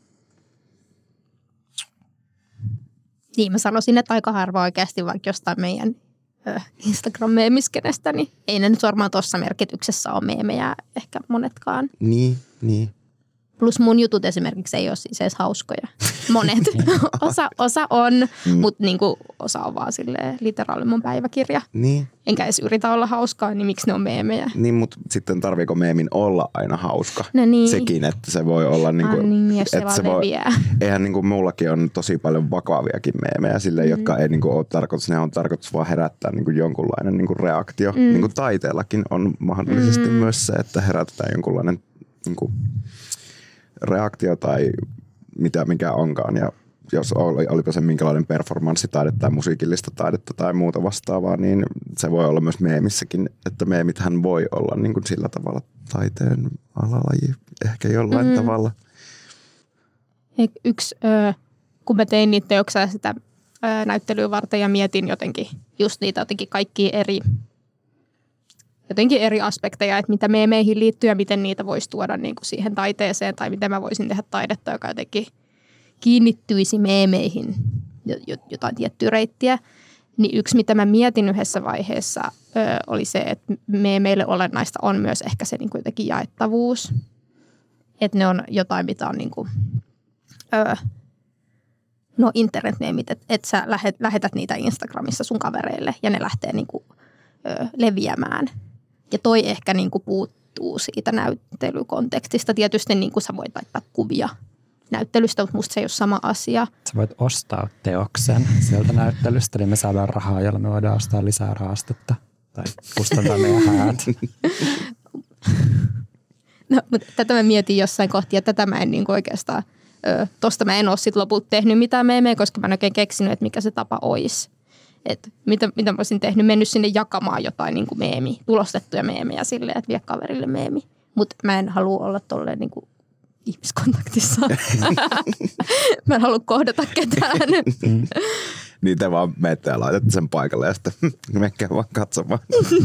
Niin, mä sanoisin, että aika harva oikeasti vaikka jostain meidän ö, Instagram-meemiskenestä, niin ei ne nyt varmaan tuossa merkityksessä ole meemejä ehkä monetkaan. Niin, niin. Plus mun jutut esimerkiksi ei ole siis edes hauskoja. Monet. osa, osa on, mm. mutta niinku osa on vaan silleen literaali mun päiväkirja. Niin. Enkä edes yritä olla hauskaa, niin miksi ne on meemejä? Niin, mutta sitten tarviiko meemin olla aina hauska? No niin. Sekin, että se voi olla niinku... Ah, niin, jos se vaan se voi, leviää. Eihän niinku mullakin on tosi paljon vakaviakin meemejä sille, mm. jotka ei niinku ole tarkoitus, ne on tarkoitus vaan herättää niinku jonkunlainen niinku reaktio. Mm. Niinku taiteellakin on mahdollisesti mm. myös se, että herätetään jonkunlainen niinku reaktio tai mitä mikä onkaan. Ja jos oli, olipa se minkälainen performanssitaide tai musiikillista taidetta tai muuta vastaavaa, niin se voi olla myös meemissäkin, että meemithän voi olla niin kuin sillä tavalla taiteen alalaji ehkä jollain mm. tavalla. Yksi, ö, kun mä tein niitä teoksia sitä ö, näyttelyä varten ja mietin jotenkin just niitä jotenkin kaikkia eri jotenkin eri aspekteja, että mitä meemeihin liittyy ja miten niitä voisi tuoda niin kuin siihen taiteeseen tai miten mä voisin tehdä taidetta, joka jotenkin kiinnittyisi meemeihin jotain tiettyä reittiä. Niin yksi, mitä mä mietin yhdessä vaiheessa, ö, oli se, että meemeille olennaista on myös ehkä se niin kuin jotenkin jaettavuus. Että ne on jotain, mitä on niin kuin, ö, no internetmeemit, että et sä lähet, lähetät niitä Instagramissa sun kavereille ja ne lähtee niin kuin, ö, leviämään. Ja toi ehkä niin kuin puuttuu siitä näyttelykontekstista. Tietysti niin kuin sä voit laittaa kuvia näyttelystä, mutta musta se ei ole sama asia. Sä voit ostaa teoksen sieltä näyttelystä, niin me saadaan rahaa, jolla me voidaan ostaa lisää raastetta. Tai kustantaa meidän häät. No, mutta tätä mä mietin jossain kohti, ja tätä mä en niin kuin oikeastaan, ö, tosta mä en ole sit lopulta tehnyt mitään meemejä, koska mä en oikein keksinyt, että mikä se tapa olisi. Että mitä, mitä mä olisin tehnyt, mennyt sinne jakamaan jotain niin kuin meemi, tulostettuja meemejä silleen, että vie kaverille meemi. Mutta mä en halua olla tolleen niin kuin ihmiskontaktissa. Mä en halua kohdata ketään. Niin te vaan menette ja laitatte sen paikalle ja sitten menkää vaan katsomaan.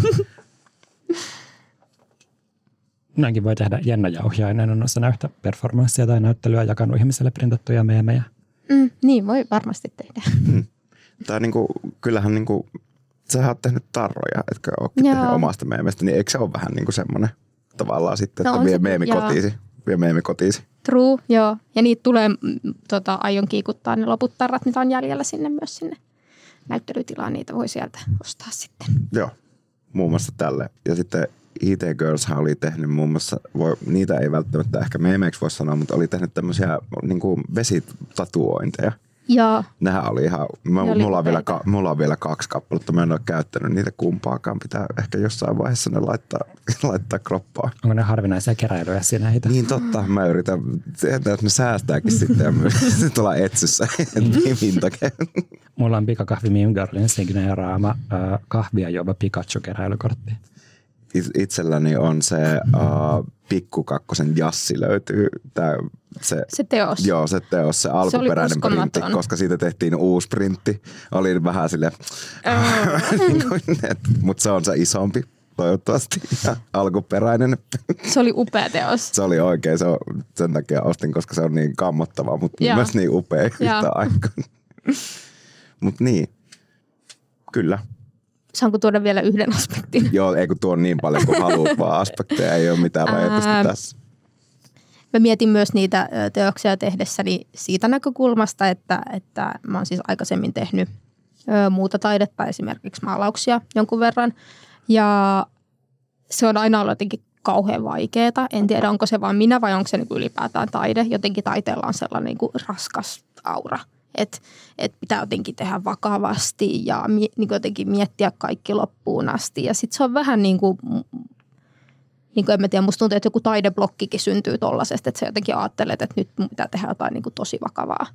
Näinkin voi tehdä Jenna Jauhiainen on osana yhtä performanssia tai näyttelyä jakanut ihmiselle printattuja meemejä. Mm, niin, voi varmasti tehdä. Mm. Tai niinku, kyllähän niinku Sä oot tehnyt tarroja, etkä ookin tehnyt omasta meemestä, niin eikö se ole vähän niin kuin semmoinen tavallaan sitten, että no, vie meemi kotiisi, vie meemi kotiisi. True, joo. Ja niitä tulee, tota, aion kiikuttaa ne loput tarrat, mitä on jäljellä sinne myös sinne näyttelytilaan. Niitä voi sieltä ostaa sitten. Joo, muun muassa tälle. Ja sitten I T Girlshan oli tehnyt muun muassa, voi, niitä ei välttämättä ehkä meemeiksi voi sanoa, mutta oli tehnyt tämmöisiä niin kuin vesitatuointeja. Joo. Nehän oli ihan, mä, oli mulla, on vielä, mulla on vielä kaksi kappaletta, mä en ole käyttänyt niitä kumpaakaan. Pitää ehkä jossain vaiheessa ne laittaa, laittaa kroppaan. Onko ne harvinaisia keräilyjä siinä heitä? Niin totta, mä yritän tehdä, että ne säästääkin sitten ja myös tuolla etsyssä. Mulla on pikakahvi Meme Girlin signeeraama äh, kahvia juova Pikachu-keräilykortti. Itselläni on se uh, Pikku Kakkosen Jassi löytyy. Tää, se, se teos. Joo, se teos, se alkuperäinen se printti, koska siitä tehtiin uusi printti. Oli vähän sille, mutta se on se isompi toivottavasti ja alkuperäinen. Se oli upea teos. Se oli oikein, se on, sen takia ostin, koska se on niin kammottava, mutta ja. myös niin upea yhtä aikaa. Mutta niin, kyllä. Saanko tuoda vielä yhden aspektin? Joo, ei kun tuo niin paljon kuin haluat, vaan aspekteja ei ole mitään rajoitusta tässä. Mä mietin myös niitä teoksia tehdessäni siitä näkökulmasta, että, että mä oon siis aikaisemmin tehnyt ö, muuta taidetta, esimerkiksi maalauksia jonkun verran. Ja se on aina ollut jotenkin kauhean vaikeaa. En tiedä, onko se vaan minä vai onko se niin kuin ylipäätään taide. Jotenkin taiteella on sellainen niin kuin raskas aura. Että et pitää jotenkin tehdä vakavasti ja mi, niin kuin jotenkin miettiä kaikki loppuun asti. Ja sitten se on vähän niin kuin, niin kuin en mä tiedä, musta tuntuu, että joku taideblokkikin syntyy tollasesta, että sä jotenkin ajattelet, että nyt mun pitää tehdä jotain niin kuin tosi vakavaa.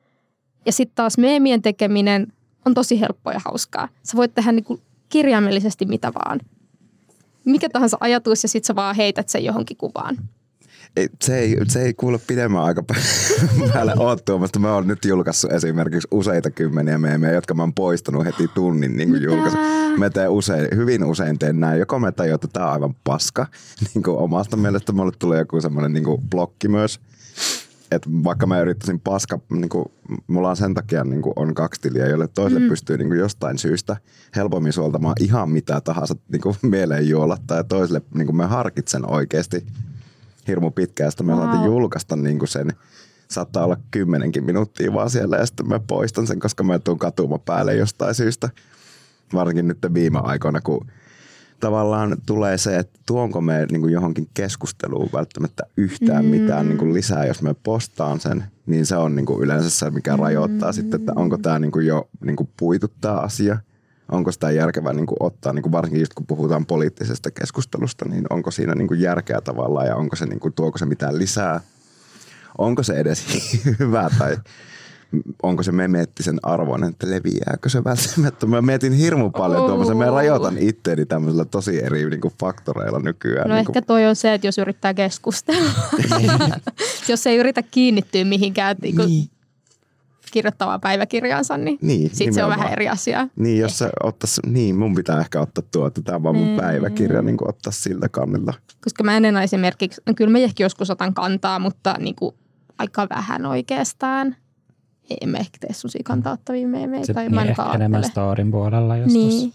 Ja sitten taas meemien tekeminen on tosi helppoa ja hauskaa. Sä voit tehdä niin kuin kirjaimellisesti mitä vaan. Mikä tahansa ajatus ja sitten sä vaan heität sen johonkin kuvaan. Ei, se, ei, se ei kuulu pidemmän aika päälle oottuumasta. Mä oon nyt julkaissut esimerkiksi useita kymmeniä meemejä, jotka mä oon poistanut heti tunnin niin kuin julkaisu. Mä teen usein, hyvin usein teen näin. Joko mä tajun, että tää on aivan paska. Niin kuin omasta mielestä mulle tulee joku semmoinen niin kuin blokki myös. Että vaikka mä yrittäisin paska, niin kuin, mulla on sen takia niin kuin on kaksi tiliä, jolle toiselle mm. pystyy niin kuin jostain syystä helpommin suoltamaan ihan mitä tahansa niin kuin mieleen juolattaa. Ja toiselle niin kuin mä harkitsen oikeasti hirmu pitkään. Sitten mä wow. saatin julkaista niin kuin sen, saattaa olla kymmenenkin minuuttia vaan siellä ja sitten mä poistan sen, koska mä tuun katuma päälle jostain syystä. Varsinkin nyt viime aikoina, kun tavallaan tulee se, että tuonko me niin kuin johonkin keskusteluun välttämättä yhtään mm. mitään niin kuin lisää, jos me postaan sen, niin se on niin kuin yleensä se, mikä mm. rajoittaa sitten, että onko tämä niin kuin jo niin kuin puitu tämä asia. Onko sitä järkevää niin kuin ottaa, niin kuin varsinkin just kun puhutaan poliittisesta keskustelusta, niin onko siinä niin kuin järkeä tavallaan ja onko se, niin kuin, tuoko se mitään lisää? Onko se edes hyvä tai onko se memeettisen arvoinen, että leviääkö se välttämättä? Mä mietin hirmu paljon oh. tuommoisen. Mä rajoitan itteeni tämmöisellä tosi eri niin kuin faktoreilla nykyään. No niin ehkä kuin toi on se, että jos yrittää keskustella. Jos ei yritä kiinnittyä mihinkään niin kuin niin. kirjoittavaa päiväkirjaansa, niin, niin sitten se on vähän eri asia. Niin, jos se ottais, niin mun pitää ehkä ottaa tuo, että tämä on vaan mun mm. päiväkirja, niin kuin ottaa siltä kannilla. Koska mä en esimerkiksi, no kyllä mä ehkä joskus otan kantaa, mutta niin kuin aika vähän oikeastaan. En mä ehkä tee sellaisia kantauttavia meemejä. Sitten tai niin, ehkä enemmän storin puolella joskus. Niin.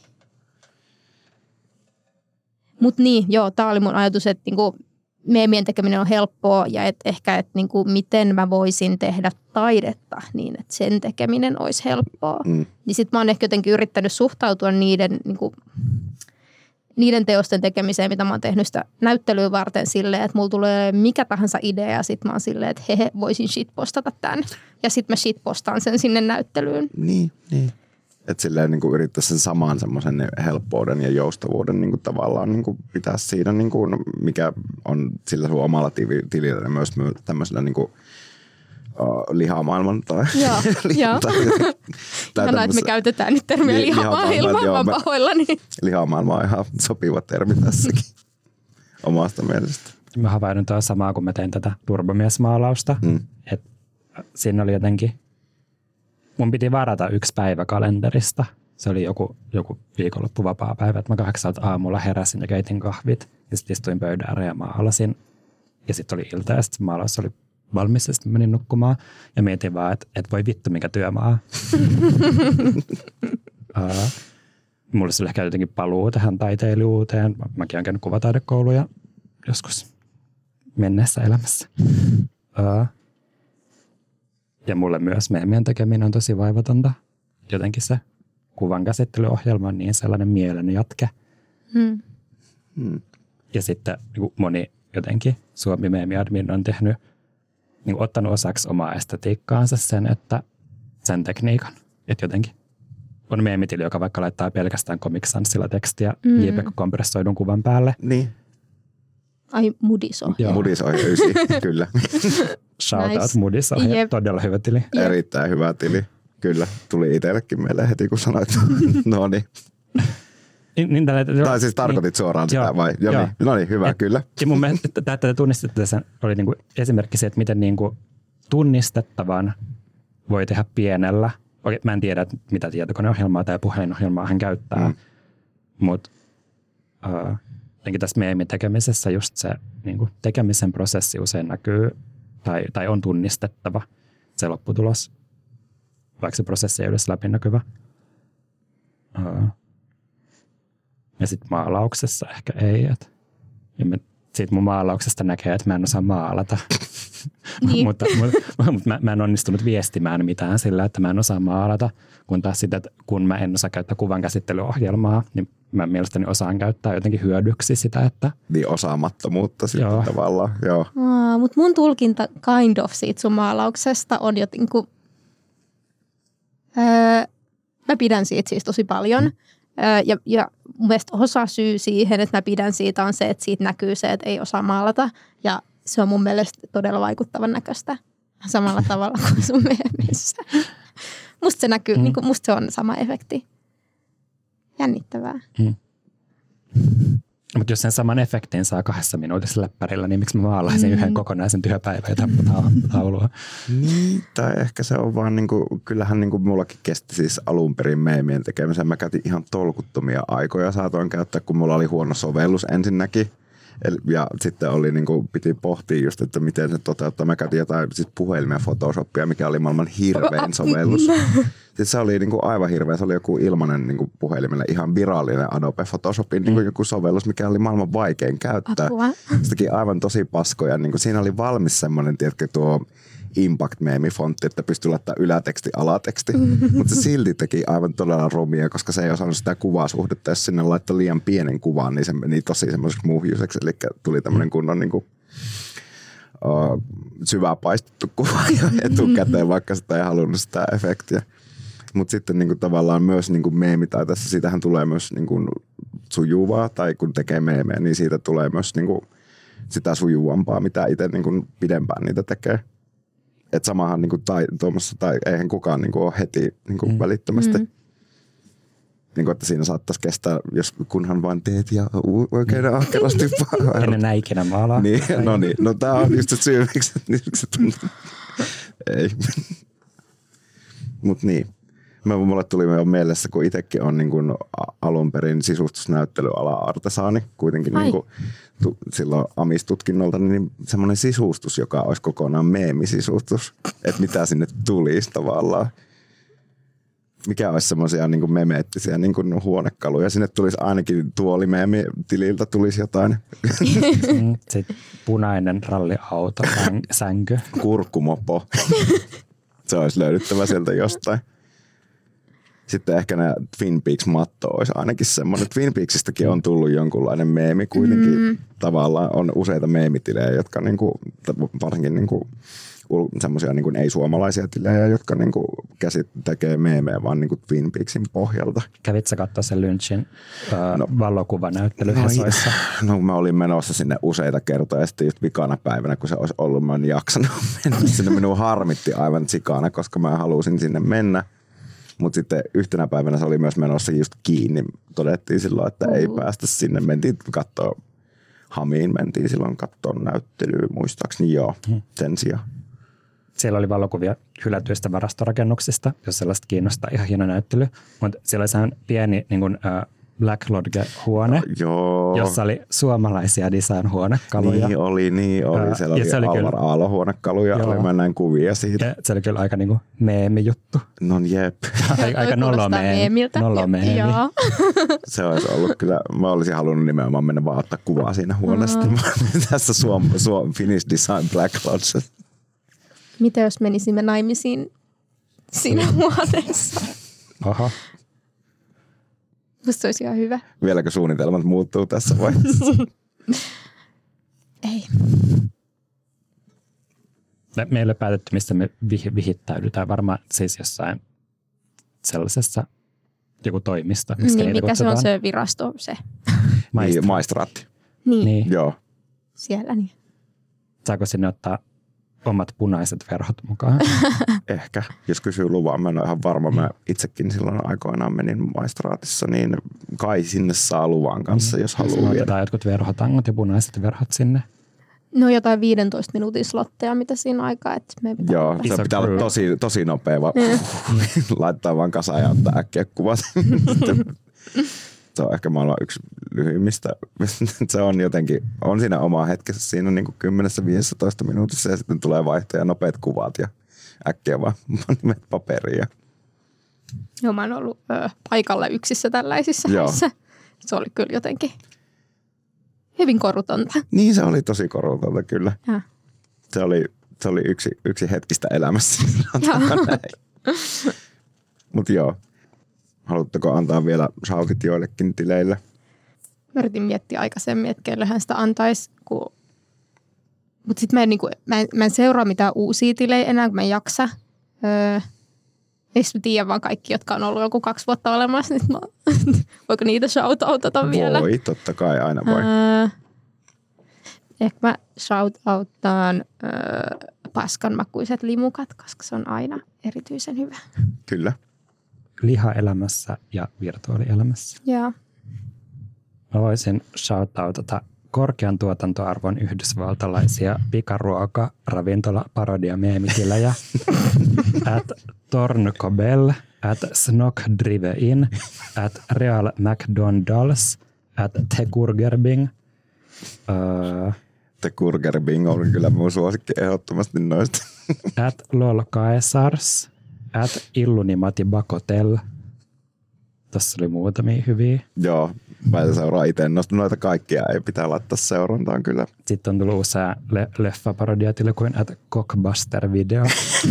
Mutta niin, joo, tää oli mun ajatus, että niinku meemien tekeminen on helppoa ja et ehkä, että niinku miten mä voisin tehdä taidetta niin, että sen tekeminen olisi helppoa. Mm. Niin sit mä oon ehkä jotenkin yrittänyt suhtautua niiden, niinku, niiden teosten tekemiseen, mitä mä oon tehnyt sitä näyttelyä varten silleen, että mulla tulee mikä tahansa idea ja sit mä oon silleen, että hehe, voisin shitpostata tämän. Ja sit mä shitpostaan sen sinne näyttelyyn. Niin, niin. Että silleen niin kuin yrittää sen saman semmoisen helppouden ja joustavuuden niin kuin tavallaan niin kuin pitää siinä, niin kuin, mikä on sillä sun omalla tilillä myös tämmöisellä niin kuin uh, lihamaailman tai... Joo, joo. Ihanaa, että me käytetään nyt termiä li- lihamaailma, mä oon pahoillani. Lihamaailma on ihan sopiva termi tässäkin omasta mielestä. Mä havainnon taas samaa, kun mä tein tätä turbomiesmaalausta. Mm. Että siinä oli jotenkin... Mun piti varata yksi päivä kalenterista. Se oli joku, joku viikonloppu vapaa päivä, että mä kahdeksalta aamulla heräsin ja keitin kahvit. Ja sitten istuin pöydän ääreen ja maalasin. Ja sitten oli ilta ja sitten maalaus oli valmis ja sitten menin nukkumaan. Ja mietin vaan, että et voi vittu mikä työmaa. uh, mulle se oli ehkä jotenkin paluu tähän taiteilijuuteen. Mäkin olen käynyt kuvataidekouluja joskus menneessä elämässä. Uh, ja mulle myös meemien tekeminen on tosi vaivatonta. Jotenkin se kuvan käsittelyohjelma on niin sellainen mielen jatke. Hmm. Hmm. Ja sitten niin moni jotenkin Suomi Meemi-admin on tehnyt, niin ottanut osaksi omaa estetiikkaansa sen, että sen tekniikan. Että jotenkin on meemitili, joka vaikka laittaa pelkästään Comic Sansilla tekstiä mm. J P G-kompressoidun kuvan päälle. Niin. Ai Moody's-ohje. Moody's-ohje, ysi, kyllä. Shout nice. Out Moody's-ohje, yep. Todella hyvä tili. Yep. Erittäin hyvä tili, kyllä. Tuli itsellekin meille heti, kun sanoit, no niin. Niin, tälle, tai siis tarkoitit niin, suoraan sitä joo, vai? Jo, joo. Niin. No niin, hyvä, et, kyllä. Ja mun mielestä että tunnistitte sen oli niinku esimerkki se, että miten niinku tunnistettavan voi tehdä pienellä. Okei, mä en tiedä, mitä tietokoneohjelmaa tai puhelinohjelmaa hän käyttää, mm. mutta uh, tässä meemin tekemisessä just se niinku, tekemisen prosessi usein näkyy tai, tai on tunnistettava se lopputulos, vaikka se prosessi ei ole läpinäkyvä. Uh, ja sitten maalauksessa ehkä ei. Et, ja me, siitä mun maalauksesta näkee, että mä en osaa maalata. Niin. mutta mutta, mutta mä, mä en onnistunut viestimään mitään sillä, että mä en osaa maalata. Kun taas sitten, että kun mä en osaa käyttää kuvan käsittelyohjelmaa, niin mä mielestäni osaan käyttää jotenkin hyödyksi sitä, että... Niin osaamattomuutta sitten joo. tavallaan, joo. Aa, mutta mun tulkinta kind of siitä sun maalauksesta on jotenkin... Öö, mä pidän siitä siis tosi paljon. Mm. Öö, ja, ja mun mielestä osa syy siihen, että mä pidän siitä on se, että siitä näkyy se, että ei osaa maalata. Ja se on mun mielestä todella vaikuttavan näköistä samalla tavalla kuin sun meemissä. Musta se näkyy, mm. niin kuin, musta se on sama efekti. Jännittävää. Mm. Mutta jos sen saman efektin saa kahdessa minuutissa läppärillä, niin miksi mä maalaisin mm. yhden kokonaisen työpäivän ja taulua? Niin, tai ehkä se on vaan, niinku, kyllähän niinku mullakin kesti siis alun perin meemien tekemisen. Mä käytin ihan tolkuttomia aikoja, saatoin käyttää, kun mulla oli huono sovellus ensinnäkin. Ja sitten oli, niin kuin, piti pohtia just, että miten se toteuttaa. Mä käytin jotain siis puhelimia Photoshopia, mikä oli maailman hirvein sovellus. Siis se oli niin kuin aivan hirveä. Se oli joku ilmainen niin kuin puhelimelle ihan virallinen Adobe Photoshopin niin kuin joku sovellus, mikä oli maailman vaikein käyttää. Se teki aivan tosi paskoja. Niin kuin siinä oli valmis semmoinen, tiedätkö, tuo Impact-meemi-fontti, että pystyi laittamaan yläteksti, alateksti. Mutta se silti teki aivan todella rumia, koska se ei osannut sitä kuvasuhdetta. Jos sinne laittoi liian pienen kuvan, niin se meni tosi semmoiseksi muhjuiseksi. Eli tuli tämmöinen kunnon niin kuin, uh, syvää paistettu kuva jo etukäteen, vaikka sitä ei halunnut sitä efektiä. Mutta sitten niin kuin, tavallaan myös niin kuin meemitaiteessa, siitähän tulee myös niin kuin, sujuvaa, tai kun tekee meemejä, niin siitä tulee myös niin kuin, sitä sujuvampaa, mitä itse niin kuin, pidempään niitä tekee. Että samahan niinku tai tuommoissa tai eihän kukaan niinku ole heti niinku mm. välittömästi. Mm. Niinku että siinä saattaisi kestää, jos kunhan vaan teet ja oikein mm. ahkerasti. En enää ikinä maalaa. Niin, no niin, no tää on just se syy, miksi se tuntuu. Ei. Mut niin. Mä, mulle tuli jo mielessä, kun itsekin on niin kuin alun perin sisustusnäyttelyala artesaani, kuitenkin niin kuin, tu, silloin amistutkinnolta, niin semmoinen sisustus, joka olisi kokonaan meemisisustus, että mitä sinne tulisi tavallaan. Mikä olisi semmoisia niin kuin memeettisiä niin kuin huonekaluja. Sinne tulisi ainakin tuolimeemitililtä tulisi jotain. Sitten punainen ralliauto, sänky. Kurkkumopo. Se olisi löydyttävä sieltä jostain. Sitten ehkä nämä Twin Peaks-matto olisi ainakin semmoinen. Twin Peaksistäkin on tullut jonkunlainen meemi kuitenkin. Mm. Tavallaan on useita meemitilejä, jotka niinku, varsinkin niinku, semmoisia niinku ei-suomalaisia tilejä, jotka niinku käsit tekee meemejä vaan niinku Twin Peaksin pohjalta. Kävit sä katsoa sen Lynchin äh, no, valokuvanäyttely no, Hesoissa? No mä olin menossa sinne useita kertoja ja sitten just vikana päivänä, kun se olisi ollut, mä en jaksanut mennä sinne. Minua harmitti aivan sikana, koska mä halusin sinne mennä. Mutta sitten yhtenä päivänä se oli myös menossa just kiinni. Todettiin silloin, että uh-huh. ei päästä sinne. Mentiin katsoa Hamiin, mentiin silloin katsoa näyttelyä muistaakseni. Joo, uh-huh. sen sijaan. Siellä oli valokuvia hylätyistä varastorakennuksista, jos sellaista kiinnostaa, ihan hieno näyttely. Mutta siellä oli sehän pieni niin kun, äh, Black Lodge-huone, Joo. jossa oli suomalaisia design-huonekaluja. Niin oli, niin oli. Ää, Siellä oli, oli Alvar Aalo-huonekaluja. Oli mä näin kuvia siitä. Ja se oli kyllä aika niinku meemi-juttu. No jep. Aika nollo meemi. Nollo meemi. Se olisi ollut kyllä, mä olisin halunnut nimenomaan mennä vaan ottaa kuvaa siinä huoneesta. Mm. Tässä Suom, Suom, Finnish Design Black Lodge. Mitä jos menisimme naimisiin siinä huoneessa? Oho. Musta se olisi ihan hyvä. Vieläkö suunnitelmat muuttuu tässä vaiheessa? Ei. Me ei ole päätetty, mistä me vihittäydytään. Varmaan siis jossain sellaisessa joku toimisto. Niin, mikä kutsutaan? Se on se virasto, se. Maistraatti. Maistraatti. Niin. niin. Joo. Siellä niin. Saako sinne ottaa omat punaiset verhot mukaan? Ehkä. Jos kysyy luvan, mä en ole ihan varma. Mä itsekin silloin aikoinaan menin maistraatissa, niin kai sinne saa luvan kanssa, jos haluaa viedä. Otetaan jotkut verhotangot ja punaiset verhot sinne. No jotain viidentoista minuutin slotteja, mitä siinä aikaa. Että me pitää Joo, se pitää crew. olla tosi, tosi nopea. Vaan laittaa vaan kasaan ja ottaa äkkiä kuva. Se on ehkä maailman yksi lyhyimmistä. Se on jotenkin, on siinä oma hetkessä siinä niin kuin kymmenessä viisitoista minuutissa ja sitten tulee vaihto ja nopeat kuvat ja äkkiä vaan nimet paperiin. Joo, mä oon ollut ö, paikalla yksissä tällaisissa häissä. Se oli kyllä jotenkin hyvin korutonta. Niin, se oli tosi korutonta kyllä. Ja. Se oli, se oli yksi, yksi hetkistä elämässä. Mutta joo. Haluatteko antaa vielä shoutit joillekin tileille? Mä yritin miettiä aikaisemmin, että kellehän sitä antaisi. Kun... Mutta sitten mä, niinku, mä, mä en seuraa mitään uusia tilejä enää, kun mä en jaksa. Öö, Eikö mä tiedä vaan kaikki, jotka on ollut joku kaksi vuotta olemassa. Nyt mä... Voiko niitä shoutoutata vielä? Voi, totta kai, aina voi. Öö, ehkä mä shoutoutaan öö, paskanmakuiset limukat, koska se on aina erityisen hyvä. Kyllä. Liha-elämässä ja virtuaalielämässä. Joo. Mä voisin shoutoutata korkean tuotantoarvon yhdysvaltalaisia pikaruoka ravintola parodia meemitilejä at Torncobell, at Snock Drive In, at Real McDonald's, at The Kurgerbing. Uh, The Kurgerbing on kyllä mun suosikki ehdottomasti noista. At Lol Caesars, at Illunimati Bakotel. Tässä oli muutamia hyviä. Joo, mä seuraan itse. Noita kaikkia ei pitää laittaa seurantaan kyllä. Sitten on tullut usea le- leffaparodiatila kuin at Cockbuster Video.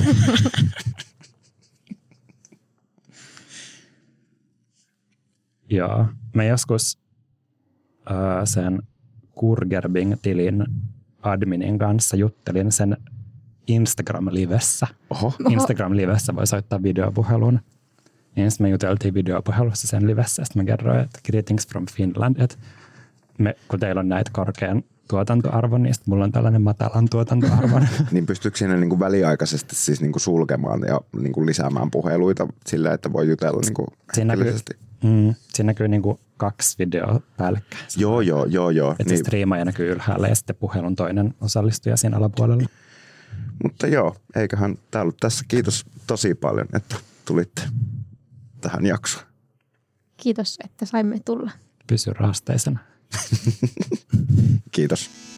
Joo, mä joskus äh, sen Kurgerbing-tilin adminin kanssa juttelin sen Instagram-livessä. Oho. Instagram-livessä voi soittaa videopuhelun. Niin sitten me juteltiin videopuhelussa sen livessä. Sitten mä kerroin, että greetings from Finland. Että me, kun teillä on näitä korkean tuotantoarvon, niin mulla on tällainen matalan tuotantoarvon. Niin pystyykö siinä niinku väliaikaisesti siis niinku sulkemaan ja niinku lisäämään puheluita sillä, että voi jutella niinku äkillisesti? Mm, siinä näkyy niinku kaksi videoa päällekkäin. Joo, joo, joo. joo. Että niin. Se striimaaja näkyy ylhäällä ja sitten puhelun toinen osallistuja siinä alapuolella. Mutta joo, eiköhän tää ollut tässä. Kiitos tosi paljon, että tulitte tähän jaksoon. Kiitos, että saimme tulla. Pysy raasteisena. Kiitos.